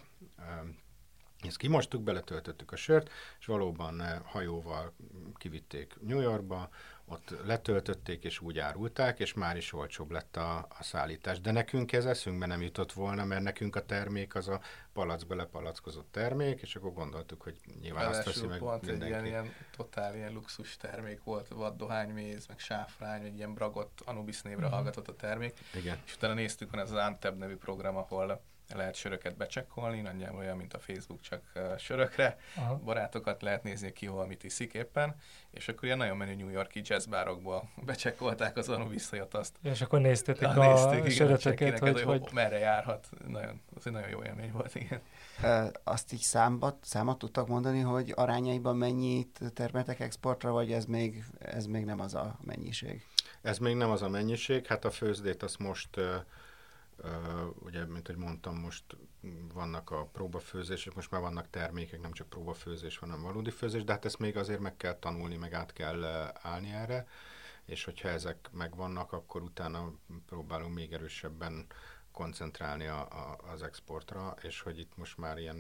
ezt kimostuk, beletöltöttük a sört, és valóban hajóval kivitték New Yorkba, ott letöltötték, és úgy árulták, és már is olcsóbb lett a szállítás. De nekünk ez eszünkbe nem jutott volna, mert nekünk a termék az a palacba lepalackozott termék, és akkor gondoltuk, hogy nyilván azt veszi meg pont mindenki. egy ilyen totál ilyen luxus termék volt, vaddohányméz, meg sáfrány, egy ilyen Bragott Anubis névre hallgatott a termék. Igen. És utána néztük, van ez az Antep nevű program, ahol lehet söröket becsekkolni, nagyjából olyan, mint a Facebook, csak sörökre. Aha. Barátokat lehet nézni, ki hol mit iszik éppen, és akkor ilyen nagyon menő New York-i jazzbárokból becsekkolták az anu visszajött azt. És akkor néztétek Nézték, a söröteket, hogy merre járhat. Az egy nagyon jó élmény volt, igen. Azt így számot tudtak mondani, hogy arányaiban mennyit termeltek exportra, vagy ez még nem az a mennyiség? Ez még nem az a mennyiség, hát a főzdét azt most, ugye, mint hogy mondtam, most vannak a próbafőzések, most már vannak termékek, nem csak próbafőzés, hanem valódi főzés, de hát ezt még azért meg kell tanulni, meg át kell állni erre, és hogyha ezek megvannak, akkor utána próbálunk még erősebben koncentrálni az exportra, és hogy itt most már ilyen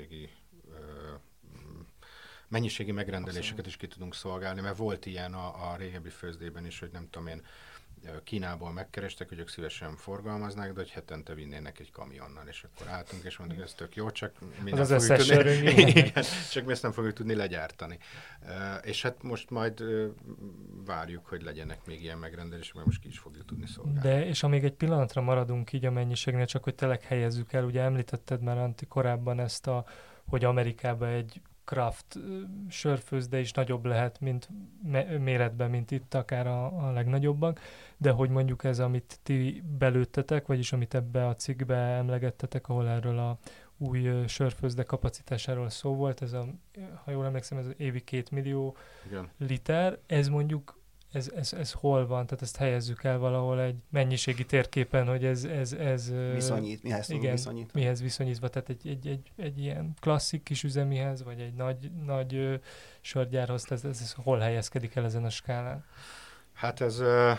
mennyiségi megrendeléseket is ki tudunk szolgálni, mert volt ilyen a régebbi főzdében is, hogy nem tudom én, Kínából megkerestek, hogy ők szívesen forgalmaznák, de hogy hetente vinnének egy kamionnal, és akkor álltunk, és mondjuk, ez tök jó, csak mi nem fogjuk tudni, igen, csak mi ezt nem fogjuk tudni legyártani. És hát most majd várjuk, hogy legyenek még ilyen megrendelések, mert most ki is fogjuk tudni szolgálni. De, és amíg egy pillanatra maradunk így a mennyiségnél, csak hogy tényleg helyezzük el, ugye említetted már, Antti, korábban ezt hogy Amerikában egy craft sörfőzde is nagyobb lehet, mint méretben, mint itt akár a legnagyobbak, de hogy mondjuk ez, amit ti belőttetek, vagyis amit ebbe a cikkbe emlegettetek, ahol erről a új sörfőzde kapacitásáról szó volt, ez ha jól emlékszem, ez évi 2 millió Igen. liter, ez mondjuk ez hol van? Tehát ezt helyezzük el valahol egy mennyiségi térképen, hogy ez viszonyít, mihez tudunk viszonyítani? Mihez viszonyítva, tehát egy ilyen klasszik kis üzemihez, vagy egy nagy sörgyárhoz, ez hol helyezkedik el ezen a skálán? Hát ez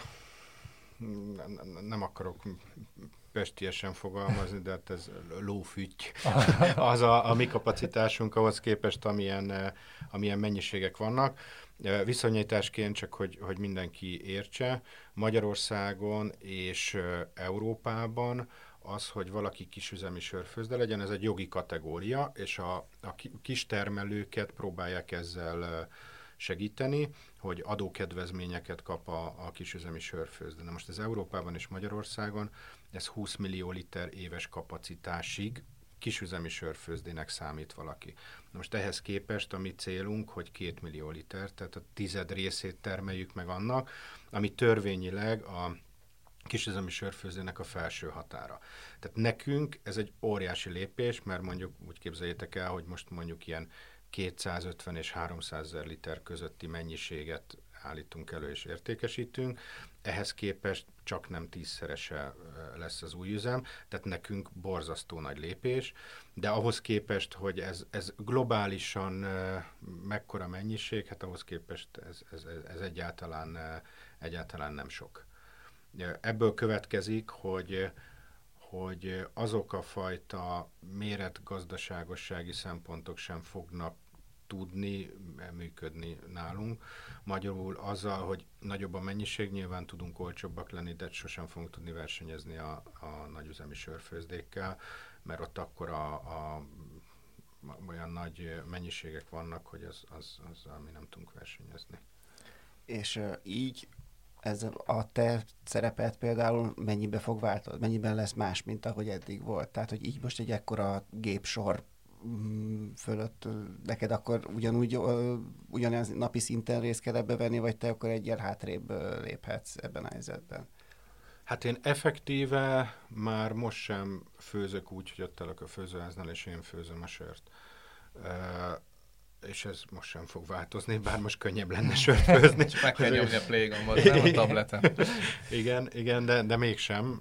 nem akarok pestiesen fogalmazni, de hát ez lófüty. Az a mi kapacitásunk ahhoz képest, amilyen mennyiségek vannak. Viszonyításként csak, hogy mindenki értse, Magyarországon és Európában az, hogy valaki kisüzemi sörfőzde legyen, ez egy jogi kategória, és a kis termelőket próbálják ezzel segíteni, hogy adókedvezményeket kap a kisüzemi sörfőzde. Na most az Európában és Magyarországon ez 20 millió liter éves kapacitásig kisüzemi sörfőzdének számít valaki. Na most ehhez képest a mi célunk, hogy 2 millió liter, tehát a 10 részét termeljük meg annak, ami törvényileg a kisüzemi sörfőzdének a felső határa. Tehát nekünk ez egy óriási lépés, mert mondjuk úgy képzeljétek el, hogy most mondjuk ilyen 250 és 300 000 liter közötti mennyiséget állítunk elő és értékesítünk, ehhez képest csak nem 10-szerese lesz az új üzem, tehát nekünk borzasztó nagy lépés, de ahhoz képest, hogy ez globálisan mekkora mennyiség, hát ahhoz képest ez egyáltalán nem sok. Ebből következik, hogy azok a fajta méretgazdaságossági szempontok sem fognak tudni működni nálunk. Magyarul azzal, hogy nagyobb a mennyiség, nyilván tudunk olcsóbbak lenni, de sosem fogunk tudni versenyezni a nagyüzemi sörfőzdékkel, mert ott akkor olyan nagy mennyiségek vannak, hogy azzal mi nem tudunk versenyezni. És így ez a te szerepet például mennyibe fog változni, mennyiben lesz más, mint ahogy eddig volt? Tehát, hogy így most egy ekkora gépsor fölött neked akkor ugyanaz napi szinten részt kell ebbe venni, vagy te akkor egyel hátrébb léphetsz ebben a helyzetben? Hát én effektíve már most sem főzök úgy, hogy ott állok a főzőháznál, és én főzöm a sört. És ez most sem fog változni, bár most könnyebb lenne sört főzni. Csak meg kell nyomni a play gombot, nem a tableten. Igen, de mégsem.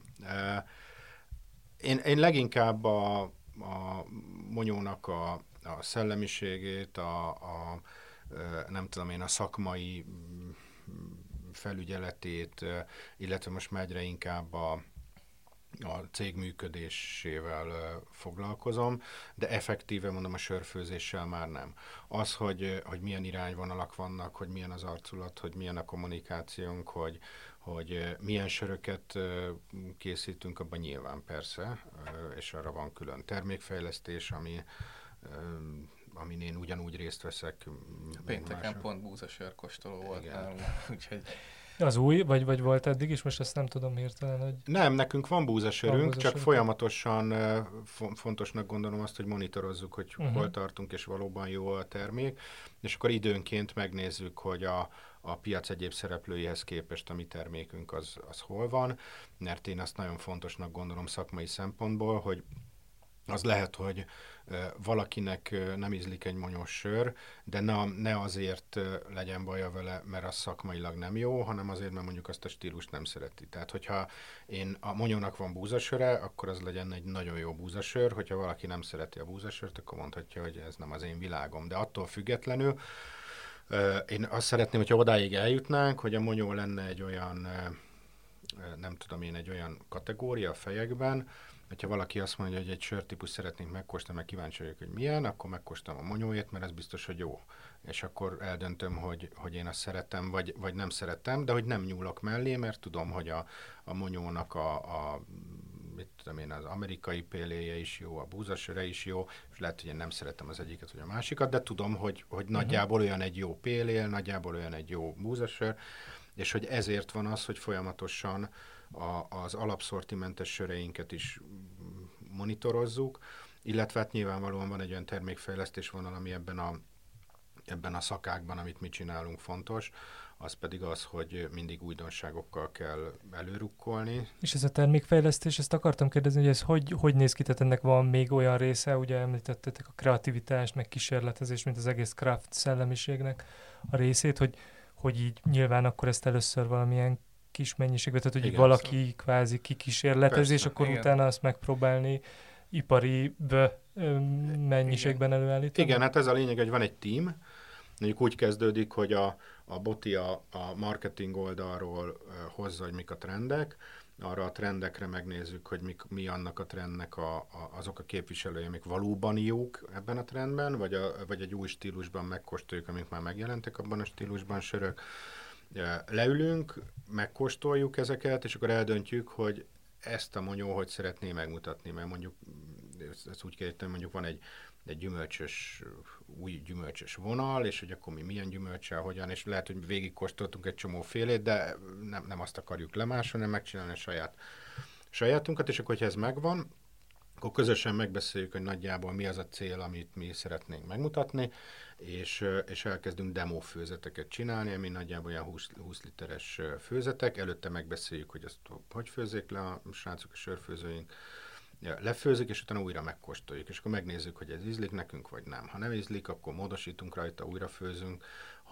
Én leginkább a Monyónak a szellemiségét, nem tudom én, a szakmai felügyeletét, illetve most már egyre inkább a cég működésével foglalkozom, de effektíve mondom a sörfőzéssel már nem. Az, hogy milyen irányvonalak vannak, hogy milyen az arculat, hogy milyen a kommunikációnk, hogy milyen söröket készítünk, abban nyilván persze, és arra van külön termékfejlesztés, amin én ugyanúgy részt veszek. Pénteken pont búzasör kóstoló volt nálunk, úgyhogy Az új, vagy volt eddig is? Most ezt nem tudom hirtelen, hogy... Nem, nekünk van búzasörünk, csak búzasörünk. folyamatosan fontosnak gondolom azt, hogy monitorozzuk, hogy hol tartunk, és valóban jó a termék, és akkor időnként megnézzük, hogy a piac egyéb szereplőihez képest a mi termékünk az hol van, mert én azt nagyon fontosnak gondolom szakmai szempontból, hogy az lehet, hogy valakinek nem ízlik egy monyós sör, de ne azért legyen baja vele, mert az szakmailag nem jó, hanem azért, mert mondjuk azt a stílust nem szereti. Tehát, hogyha a monyónak van búzasöre, akkor az legyen egy nagyon jó búzasör, hogyha valaki nem szereti a búzasört, akkor mondhatja, hogy ez nem az én világom. De attól függetlenül én azt szeretném, hogyha odáig eljutnánk, hogy a monyó lenne egy olyan, nem tudom én, egy olyan kategória a fejekben, hogyha valaki azt mondja, hogy egy sörtípus szeretnénk megkóstolni, meg kíváncsi vagyok, hogy milyen, akkor megkóstolom a monyóét, mert ez biztos, hogy jó. És akkor eldöntöm, hogy én azt szeretem, vagy nem szeretem, de hogy nem nyúlok mellé, mert tudom, hogy a monyónak mit tudom én, az amerikai péléje is jó, a búzasöre is jó, és lehet, hogy én nem szeretem az egyiket vagy a másikat, de tudom, hogy nagyjából olyan egy jó pélél, nagyjából olyan egy jó búzasör, és hogy ezért van az, hogy folyamatosan az alapszortimentes söreinket is monitorozzuk, illetve hát nyilvánvalóan van egy olyan termékfejlesztés vonal, ami ebben a szakákban, amit mi csinálunk fontos, az pedig az, hogy mindig újdonságokkal kell előrukkolni. És ez a termékfejlesztés, ezt akartam kérdezni, hogy ez hogy néz ki, tehát ennek van még olyan része, ugye említettétek a kreativitást, meg kísérletezés, mint az egész craft szellemiségnek a részét, hogy így nyilván akkor ezt először valamilyen kis mennyiségben, tehát hogy Igen, valaki szóval. kvázi kikísérletez, és akkor igen. utána azt megpróbálni ipari mennyiségben előállítani. Igen, hát ez a lényeg, hogy van egy team, mondjuk úgy kezdődik, hogy a Boti a marketing oldalról hozza, hogy mik a trendek, arra a trendekre megnézzük, hogy mi annak a trendnek azok a képviselői, amik valóban jók ebben a trendben, vagy egy új stílusban megkóstoljuk, amik már megjelentek abban a stílusban sörök. Leülünk, megkóstoljuk ezeket, és akkor eldöntjük, hogy ezt a monyó hogy szeretné megmutatni, mert mondjuk ezt úgy kérdeztem, mondjuk van egy új gyümölcsös vonal, és hogy akkor mi milyen gyümölcsel, hogyan, és lehet, hogy végigkóstoltunk egy csomó félét, de nem azt akarjuk lemásolni, hanem megcsinálni a sajátunkat, és akkor, hogyha ez megvan, akkor közösen megbeszéljük, hogy nagyjából mi az a cél, amit mi szeretnénk megmutatni, és elkezdünk demófőzeteket csinálni, ami nagyjából olyan 20 literes főzetek. Előtte megbeszéljük, hogy ezt hogy főzzék le a srácok, a sörfőzőink, lefőzik, és utána újra megkóstoljuk, és akkor megnézzük, hogy ez ízlik nekünk, vagy nem. Ha nem ízlik, akkor módosítunk rajta, újra főzünk,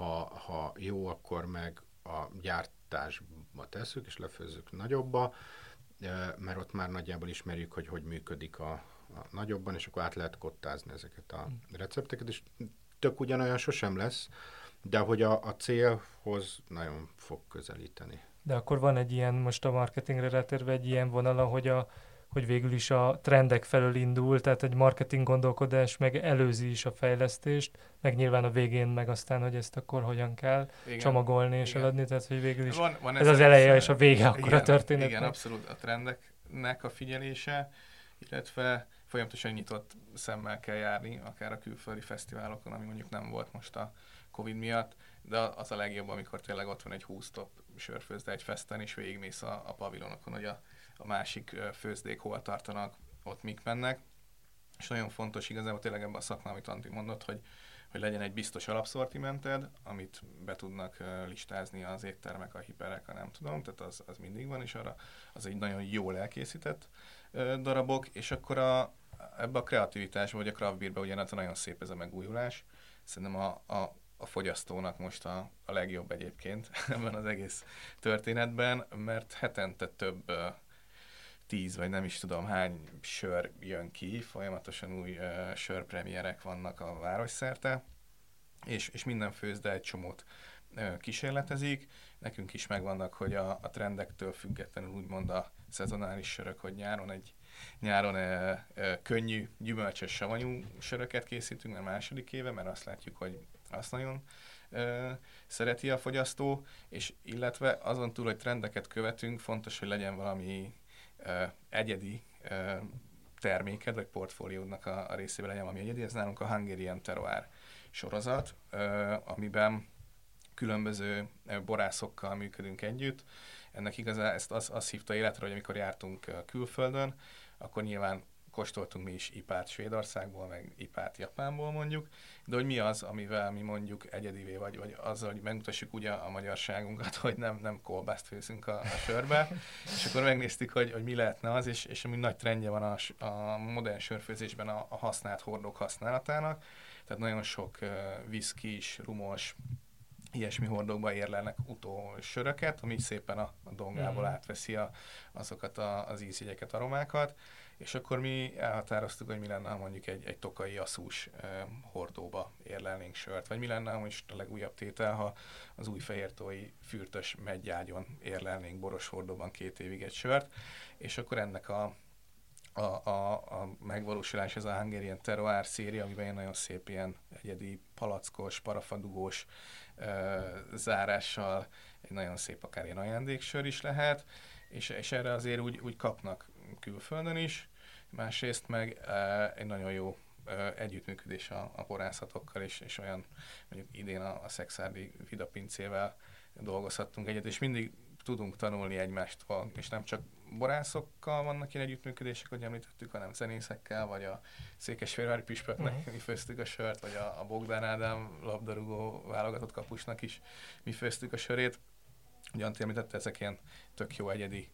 ha jó, akkor meg a gyártásba tesszük, és lefőzzük nagyobba, mert ott már nagyjából ismerjük, hogy működik a nagyobban, és akkor át lehet kottázni ezeket a recepteket, és tök ugyanolyan sosem lesz, de hogy a célhoz nagyon fog közelíteni. De akkor van egy ilyen, most a marketingre rátérve egy ilyen vonala, hogy végül is a trendek felől indul, tehát egy marketing gondolkodás meg előzi is a fejlesztést, meg nyilván a végén meg aztán, hogy ezt akkor hogyan kell csomagolni és eladni, tehát hogy végül is van ez az eleje és a vége akkor a történetnek. Igen, abszolút a trendeknek a figyelése, illetve folyamatosan nyitott szemmel kell járni, akár a külföldi fesztiválokon, ami mondjuk nem volt most a Covid miatt, de az a legjobb, amikor tényleg ott van egy 20 top sörfőzde egy festen, és végigmész a pavilonokon, hogy a másik főzdék hol tartanak, ott mik mennek. És nagyon fontos igazából tényleg ebben a szakmában, amit Antti mondott, hogy legyen egy biztos alapszortimented, amit be tudnak listázni az éttermek, a hiperek, a nem tudom, tehát az mindig van, és arra az egy nagyon jól elkészített darabok, és akkor ebbe a kreativitásba, vagy a craft beerbe ugyanaz nagyon szép ez a megújulás. Szerintem a fogyasztónak most a legjobb egyébként ebben az egész történetben, mert hetente több 10 vagy nem is tudom hány sör jön ki, folyamatosan új sörpremierek vannak a városszerte, és minden főzde egy csomót kísérletezik. Nekünk is megvannak, hogy a trendektől függetlenül úgymond a szezonális sörök, hogy nyáron könnyű, gyümölcsös, savanyú söröket készítünk, mert második éve, mert azt látjuk, hogy azt nagyon szereti a fogyasztó, és illetve azon túl, hogy trendeket követünk, fontos, hogy legyen valami egyedi terméked, vagy portfóliódnak a részében legyen valami egyedi. Ez nálunk a Hungarian Terroir sorozat, amiben különböző borászokkal működünk együtt. Ennek igazán ezt azt hívta életre, hogy amikor jártunk külföldön, akkor nyilván kóstoltunk mi is ipát Svédországból, meg ipát Japánból mondjuk, de hogy mi az, amivel mi mondjuk egyedivé vagy azzal, hogy megmutassuk ugye a magyarságunkat, hogy nem kolbászt főzünk a sörbe, és akkor megnéztük, hogy mi lehetne az, és ami nagy trendje van a modern sörfőzésben a használt hordók használatának, tehát nagyon sok viszkis, rumos, ilyesmi hordókba érlelnek utósöröket, ami szépen a dongából átveszi azokat az ízjegyeket, aromákat, és akkor mi elhatároztuk, hogy mi lenne, ha mondjuk egy tokai aszús hordóba érlelnénk sört, vagy mi lenne, ha most a legújabb tétel, ha az Újfehértói fürtös meggyágyon érlelnénk boros hordóban 2 évig egy sört, és akkor ennek a megvalósulás, ez a Hungarian Terroir széria, amiben ilyen nagyon szép ilyen egyedi palackos, parafadugós zárással egy nagyon szép akár ilyen ajándéksör is lehet, és erre azért úgy kapnak külföldön is, másrészt meg egy nagyon jó együttműködés a borászatokkal, és olyan mondjuk idén a Szekszárdi Vida pincével dolgozhattunk egyet, és mindig tudunk tanulni egymástól, és nem csak borászokkal vannak ilyen együttműködések, hogy említettük, hanem zenészekkel, vagy a Székesfehérvári püspöknek mi főztük a sört, vagy a Bogdán Ádám labdarúgó válogatott kapusnak is mi főztük a sörét. Ugye Antti említette, ezek ilyen tök jó egyedi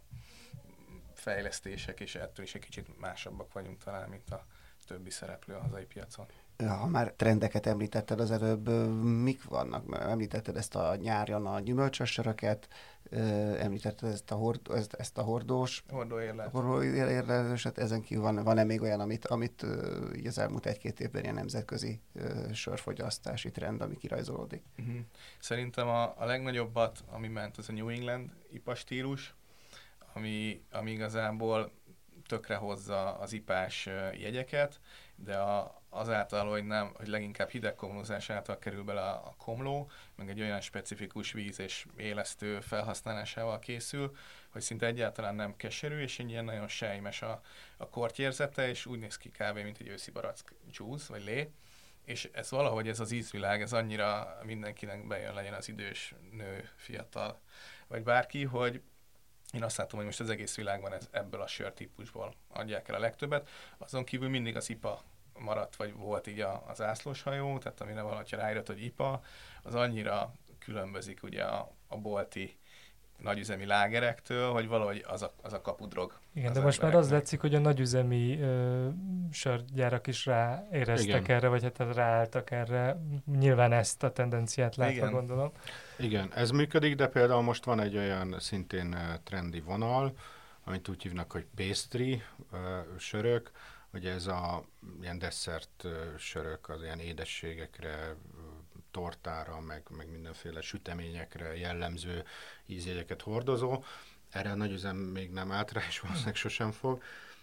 fejlesztések, és ettől is egy kicsit másabbak vagyunk talán, mint a többi szereplő a hazai piacon. Ha már trendeket említetted az előbb, mik vannak? Említetted ezt a nyáron a gyümölcsös söröket, említetted ezt a hordós hordóérlelőset, ezen kívül van-e még olyan, amit így az elmúlt 1-2 évben ilyen nemzetközi sörfogyasztási trend, ami kirajzolódik? Szerintem a legnagyobbat, ami ment, az a New England IPA stílus, ami igazából tökre hozza az ipás jegyeket, de azáltal, hogy leginkább hideg komlózás által kerül bele a komló, meg egy olyan specifikus víz és élesztő felhasználásával készül, hogy szinte egyáltalán nem keserű, és egy ilyen nagyon sejmes a kortyérzete, és úgy néz ki kb. Mint egy őszi barack juice, vagy lé, és ez valahogy ez az ízvilág, ez annyira mindenkinek bejön, legyen az idős nő, fiatal, vagy bárki, hogy én azt látom, hogy most az egész világban ebből a sörtípusból adják el a legtöbbet. Azon kívül mindig az IPA maradt, vagy volt így az ászlóshajó, tehát amire valahogy ráírott, hogy IPA, az annyira különbözik ugye a bolti nagyüzemi lágerektől, hogy valahogy az a kapudrog. Igen, de most már az látszik, hogy a nagyüzemi sörgyárak is ráéreztek erre, vagy hát ráálltak erre. Nyilván ezt a tendenciát látva, gondolom. Igen, ez működik, de például most van egy olyan szintén trendi vonal, amit úgy hívnak, hogy pastry sörök, hogy ez a ilyen desszert sörök, az ilyen édességekre, tortára, meg mindenféle süteményekre jellemző ízjegyeket hordozó. Erre a nagyüzem még nem állt rá, és valószínűleg sosem fog.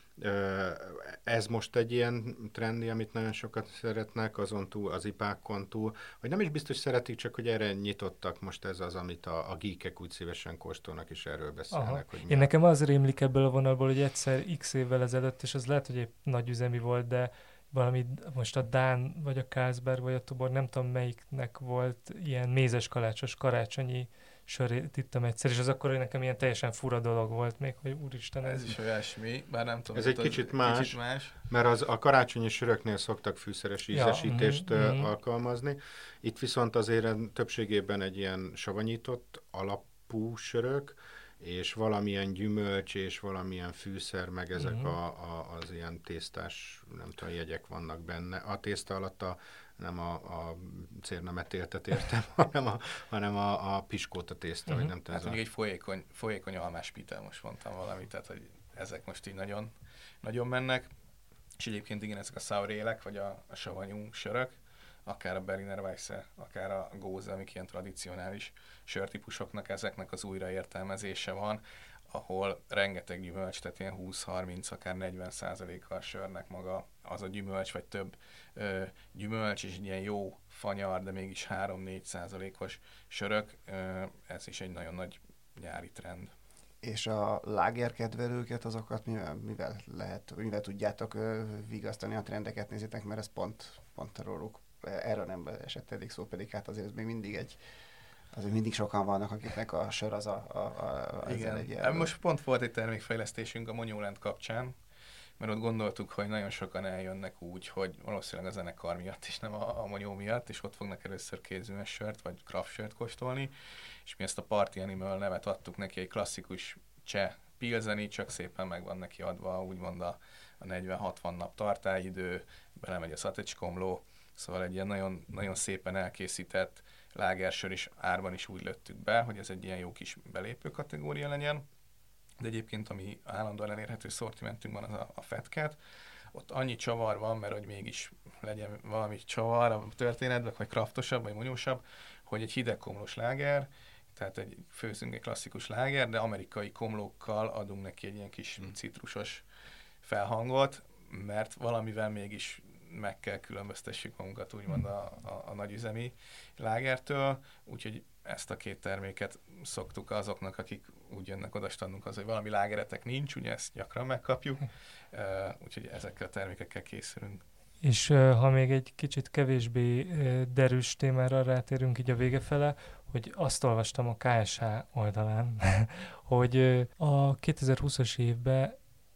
Ez most egy ilyen trendi, amit nagyon sokat szeretnek, azon túl, az ipákon túl, vagy nem is biztos szeretik, csak hogy erre nyitottak, most ez az, amit a geekek úgy szívesen kóstolnak, és erről beszélnek. Hogy én nekem az rémlik ebből a vonalból, hogy egyszer x évvel ezelőtt, és az lehet, hogy egy nagyüzemi volt, de valami, most a Dán, vagy a Carlsberg, vagy a Tuborg, nem tudom melyiknek volt ilyen mézes kalácsos karácsonyi sörét ittam egyszer, és az akkor nekem ilyen teljesen fura dolog volt még, hogy úristen ez is olyasmi, bár nem tudom. Ez egy kicsit más, mert a karácsonyi söröknél szoktak fűszeres ízesítést alkalmazni. Itt viszont azért többségében egy ilyen savanyított alapú sörök, és valamilyen gyümölcs, és valamilyen fűszer, meg ezek az ilyen tésztás, nem tudom, jegyek vannak benne. A tészta alatt nem a cérnemetéltet értem, hanem a piskóta tészta, vagy nem tudom. Hát még egy folyékony almáspítel, most mondtam valamit, tehát hogy ezek most így nagyon, nagyon mennek. És egyébként igen, ezek a sour élek, vagy a savanyú sörök, akár a Berliner Weisse, akár a Góze, amik ilyen tradicionális sörtípusoknak, ezeknek az újraértelmezése van, ahol rengeteg gyümölcs, tehát ilyen 20-30, akár 40%-kal sörnek maga az a gyümölcs, vagy több gyümölcs, és ilyen jó fanyar, de mégis 3-4%-os sörök, ez is egy nagyon nagy nyári trend. És a lágerkedvelőket, azokat mivel tudjátok vigasztani, a trendeket nézitek, mert ez pont róluk erről nem esett eddig szó, pedig hát azért még mindig sokan vannak, akiknek a sör az igen. egy ilyen... Most pont volt egy termékfejlesztésünk a Monyóland kapcsán, mert ott gondoltuk, hogy nagyon sokan eljönnek úgy, hogy valószínűleg a zenekar miatt és nem a Monyó miatt, és ott fognak először kézműves sört, vagy craft sört kóstolni, és mi ezt a Party Animal nevet adtuk neki, egy klasszikus cseh pilzeni, csak szépen meg van neki adva, úgymond a 40-60 nap tartályidő, belemegy a szatecskomló, szóval egy ilyen nagyon, nagyon szépen elkészített lágersör is árban is úgy lőttük be, hogy ez egy ilyen jó kis belépő kategória legyen. De egyébként, ami állandóan elérhető szortimentünkben, az a Fat Cat. Ott annyi csavar van, mert hogy mégis legyen valami csavar a történetben, vagy kraftosabb, vagy monyósabb, hogy egy hidegkomlós láger, tehát főzünk egy klasszikus láger, de amerikai komlókkal adunk neki egy ilyen kis citrusos felhangot, mert valamivel mégis meg kell különböztessük magunkat úgymond a nagyüzemi lágertől, úgyhogy ezt a két terméket szoktuk azoknak, akik úgy jönnek oda standunkhoz, hogy valami lágeretek nincs, ugye ezt gyakran megkapjuk, úgyhogy ezekkel a termékekkel készülünk. És ha még egy kicsit kevésbé derűs témára rátérünk így a vége fele, hogy azt olvastam a KSH oldalán, hogy a 2020-as évben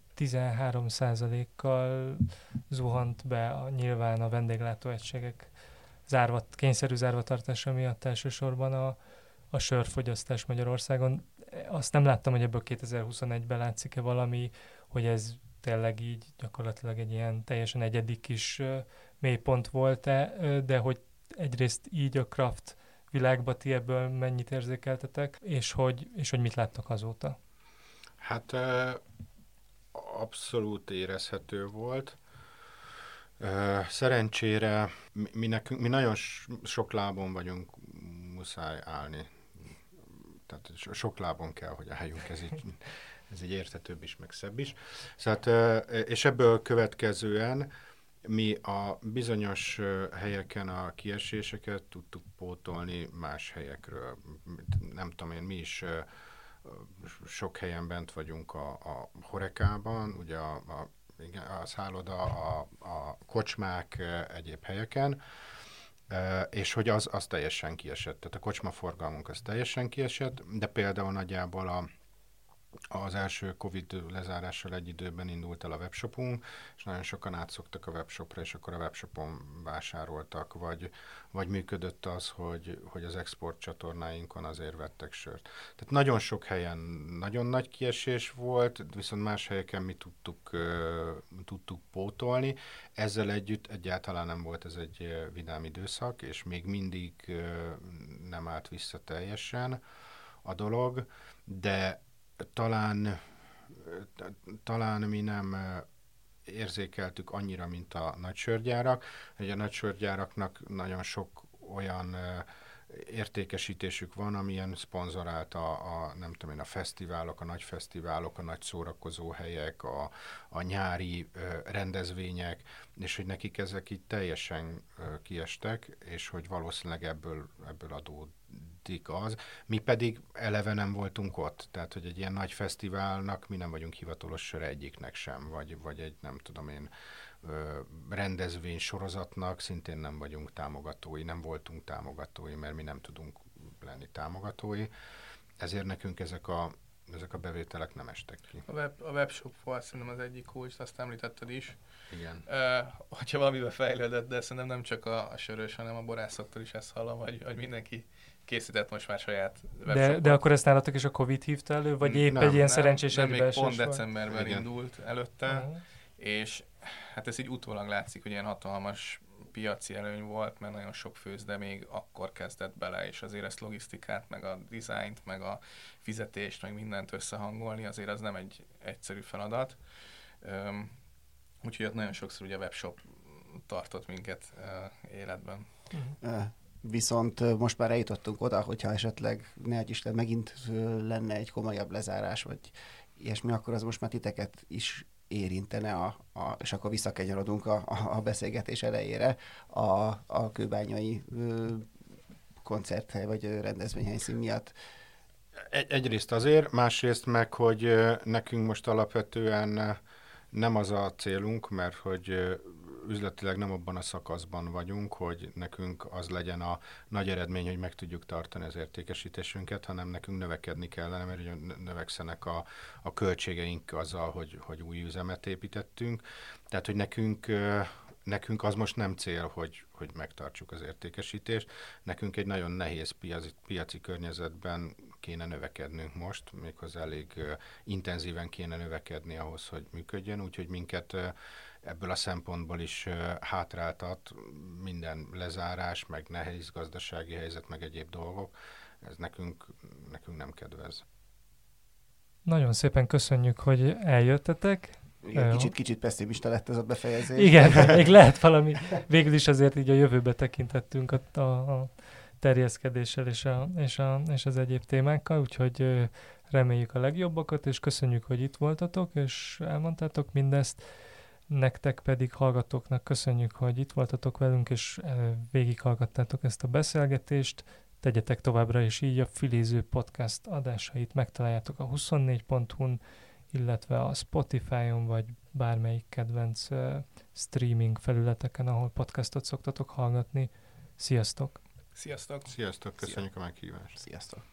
13%-kal zuhant be nyilván a vendéglátóegységek kényszerű zárvatartása miatt elsősorban a sörfogyasztás Magyarországon. Azt nem láttam, hogy ebből 2021-ben látszik-e valami, hogy ez tényleg így gyakorlatilag egy ilyen teljesen egyedi kis mélypont volt-e, de hogy egyrészt így a craft világban ti ebből mennyit érzékeltetek, és hogy mit láttak azóta? Hát abszolút érezhető volt. Szerencsére mi nagyon sok lábon vagyunk, muszáj állni. Tehát sok lábon kell, hogy álljunk, ez így érthetőbb is, meg szebb is. Szóval, és ebből következően mi a bizonyos helyeken a kieséseket tudtuk pótolni más helyekről. Nem tudom én, mi is sok helyen bent vagyunk a Horekában, ugye a szálloda, a kocsmák, egyéb helyeken, és hogy az teljesen kiesett. Tehát a kocsmaforgalmunk az teljesen kiesett, de például nagyjából az első Covid lezárással egy időben indult el a webshopunk, és nagyon sokan átszoktak a webshopra, és akkor a webshopon vásároltak, vagy működött az, hogy az export csatornáinkon azért vettek sört. Tehát nagyon sok helyen nagyon nagy kiesés volt, viszont más helyeken mi tudtuk pótolni. Ezzel együtt egyáltalán nem volt ez egy vidám időszak, és még mindig nem állt vissza teljesen a dolog, de talán mi nem érzékeltük annyira, mint a nagysörgyárak. Ugye a nagysörgyáraknak nagyon sok olyan értékesítésük van, amilyen szponzorált nem tudom én, a fesztiválok, a nagy fesztiválok, a nagy szórakozóhelyek, a nyári rendezvények, és hogy nekik ezek így teljesen kiestek, és hogy valószínűleg ebből adódik az. Mi pedig eleve nem voltunk ott, tehát hogy egy ilyen nagy fesztiválnak mi nem vagyunk hivatalos sör egyiknek sem, vagy egy nem tudom én rendezvény sorozatnak szintén nem vagyunk támogatói, nem voltunk támogatói, mert mi nem tudunk lenni támogatói, ezért nekünk ezek a bevételek nem estek ki. A webshop volt szerintem az egyik kulcs, azt említetted is. Igen. Hogyha valamiben fejlődött, de szerintem nem csak a sörös, hanem a borászoktól is ezt hallom, hogy mindenki készített most már saját webshopot. De akkor ezt nálatok is a Covid hívta elő, vagy épp egy ilyen szerencsés egybeesés volt? Még pont decemberben indult előtte, és hát ez így utólag látszik, hogy ilyen hatalmas piaci előny volt, mert nagyon sok főzde még akkor kezdett bele, és azért ezt logisztikát, meg a dizájnt, meg a fizetést, meg mindent összehangolni, azért az nem egy egyszerű feladat. Úgyhogy ott nagyon sokszor ugye a webshop tartott minket életben. Viszont most már eljutottunk oda, hogyha esetleg ne adj Isten, megint lenne egy komolyabb lezárás, vagy ilyesmi, akkor az most már titeket is érintene, és akkor visszakanyarodunk a beszélgetés elejére a kőbányai koncerthely vagy rendezvényhelyszín miatt. Egyrészt azért, másrészt meg, hogy nekünk most alapvetően nem az a célunk, mert hogy üzletileg nem abban a szakaszban vagyunk, hogy nekünk az legyen a nagy eredmény, hogy meg tudjuk tartani az értékesítésünket, hanem nekünk növekedni kellene, mert ugye növekszenek a költségeink azzal, hogy új üzemet építettünk. Tehát, hogy nekünk az most nem cél, hogy megtartsuk az értékesítést. Nekünk egy nagyon nehéz piaci környezetben kéne növekednünk most, méghozzá elég intenzíven kéne növekedni ahhoz, hogy működjön, úgyhogy minket ebből a szempontból is hátráltat minden lezárás, meg nehéz gazdasági helyzet, meg egyéb dolgok. Ez nekünk nem kedvez. Nagyon szépen köszönjük, hogy eljöttetek. Igen, kicsit pessimista lett ez a befejezés. Igen, még lehet valami. Végül is azért így a jövőbe tekintettünk a terjeszkedéssel és az egyéb témákkal, úgyhogy reméljük a legjobbakat, és köszönjük, hogy itt voltatok, és elmondtátok mindezt. Nektek pedig hallgatóknak köszönjük, hogy itt voltatok velünk, és végighallgattátok ezt a beszélgetést. Tegyetek továbbra is így, a Filéző Podcast adásait megtaláljátok a 24.hu-n, illetve a Spotify-on, vagy bármelyik kedvenc streaming felületeken, ahol podcastot szoktatok hallgatni. Sziasztok! Sziasztok! Sziasztok, köszönjük a meghívást! Sziasztok!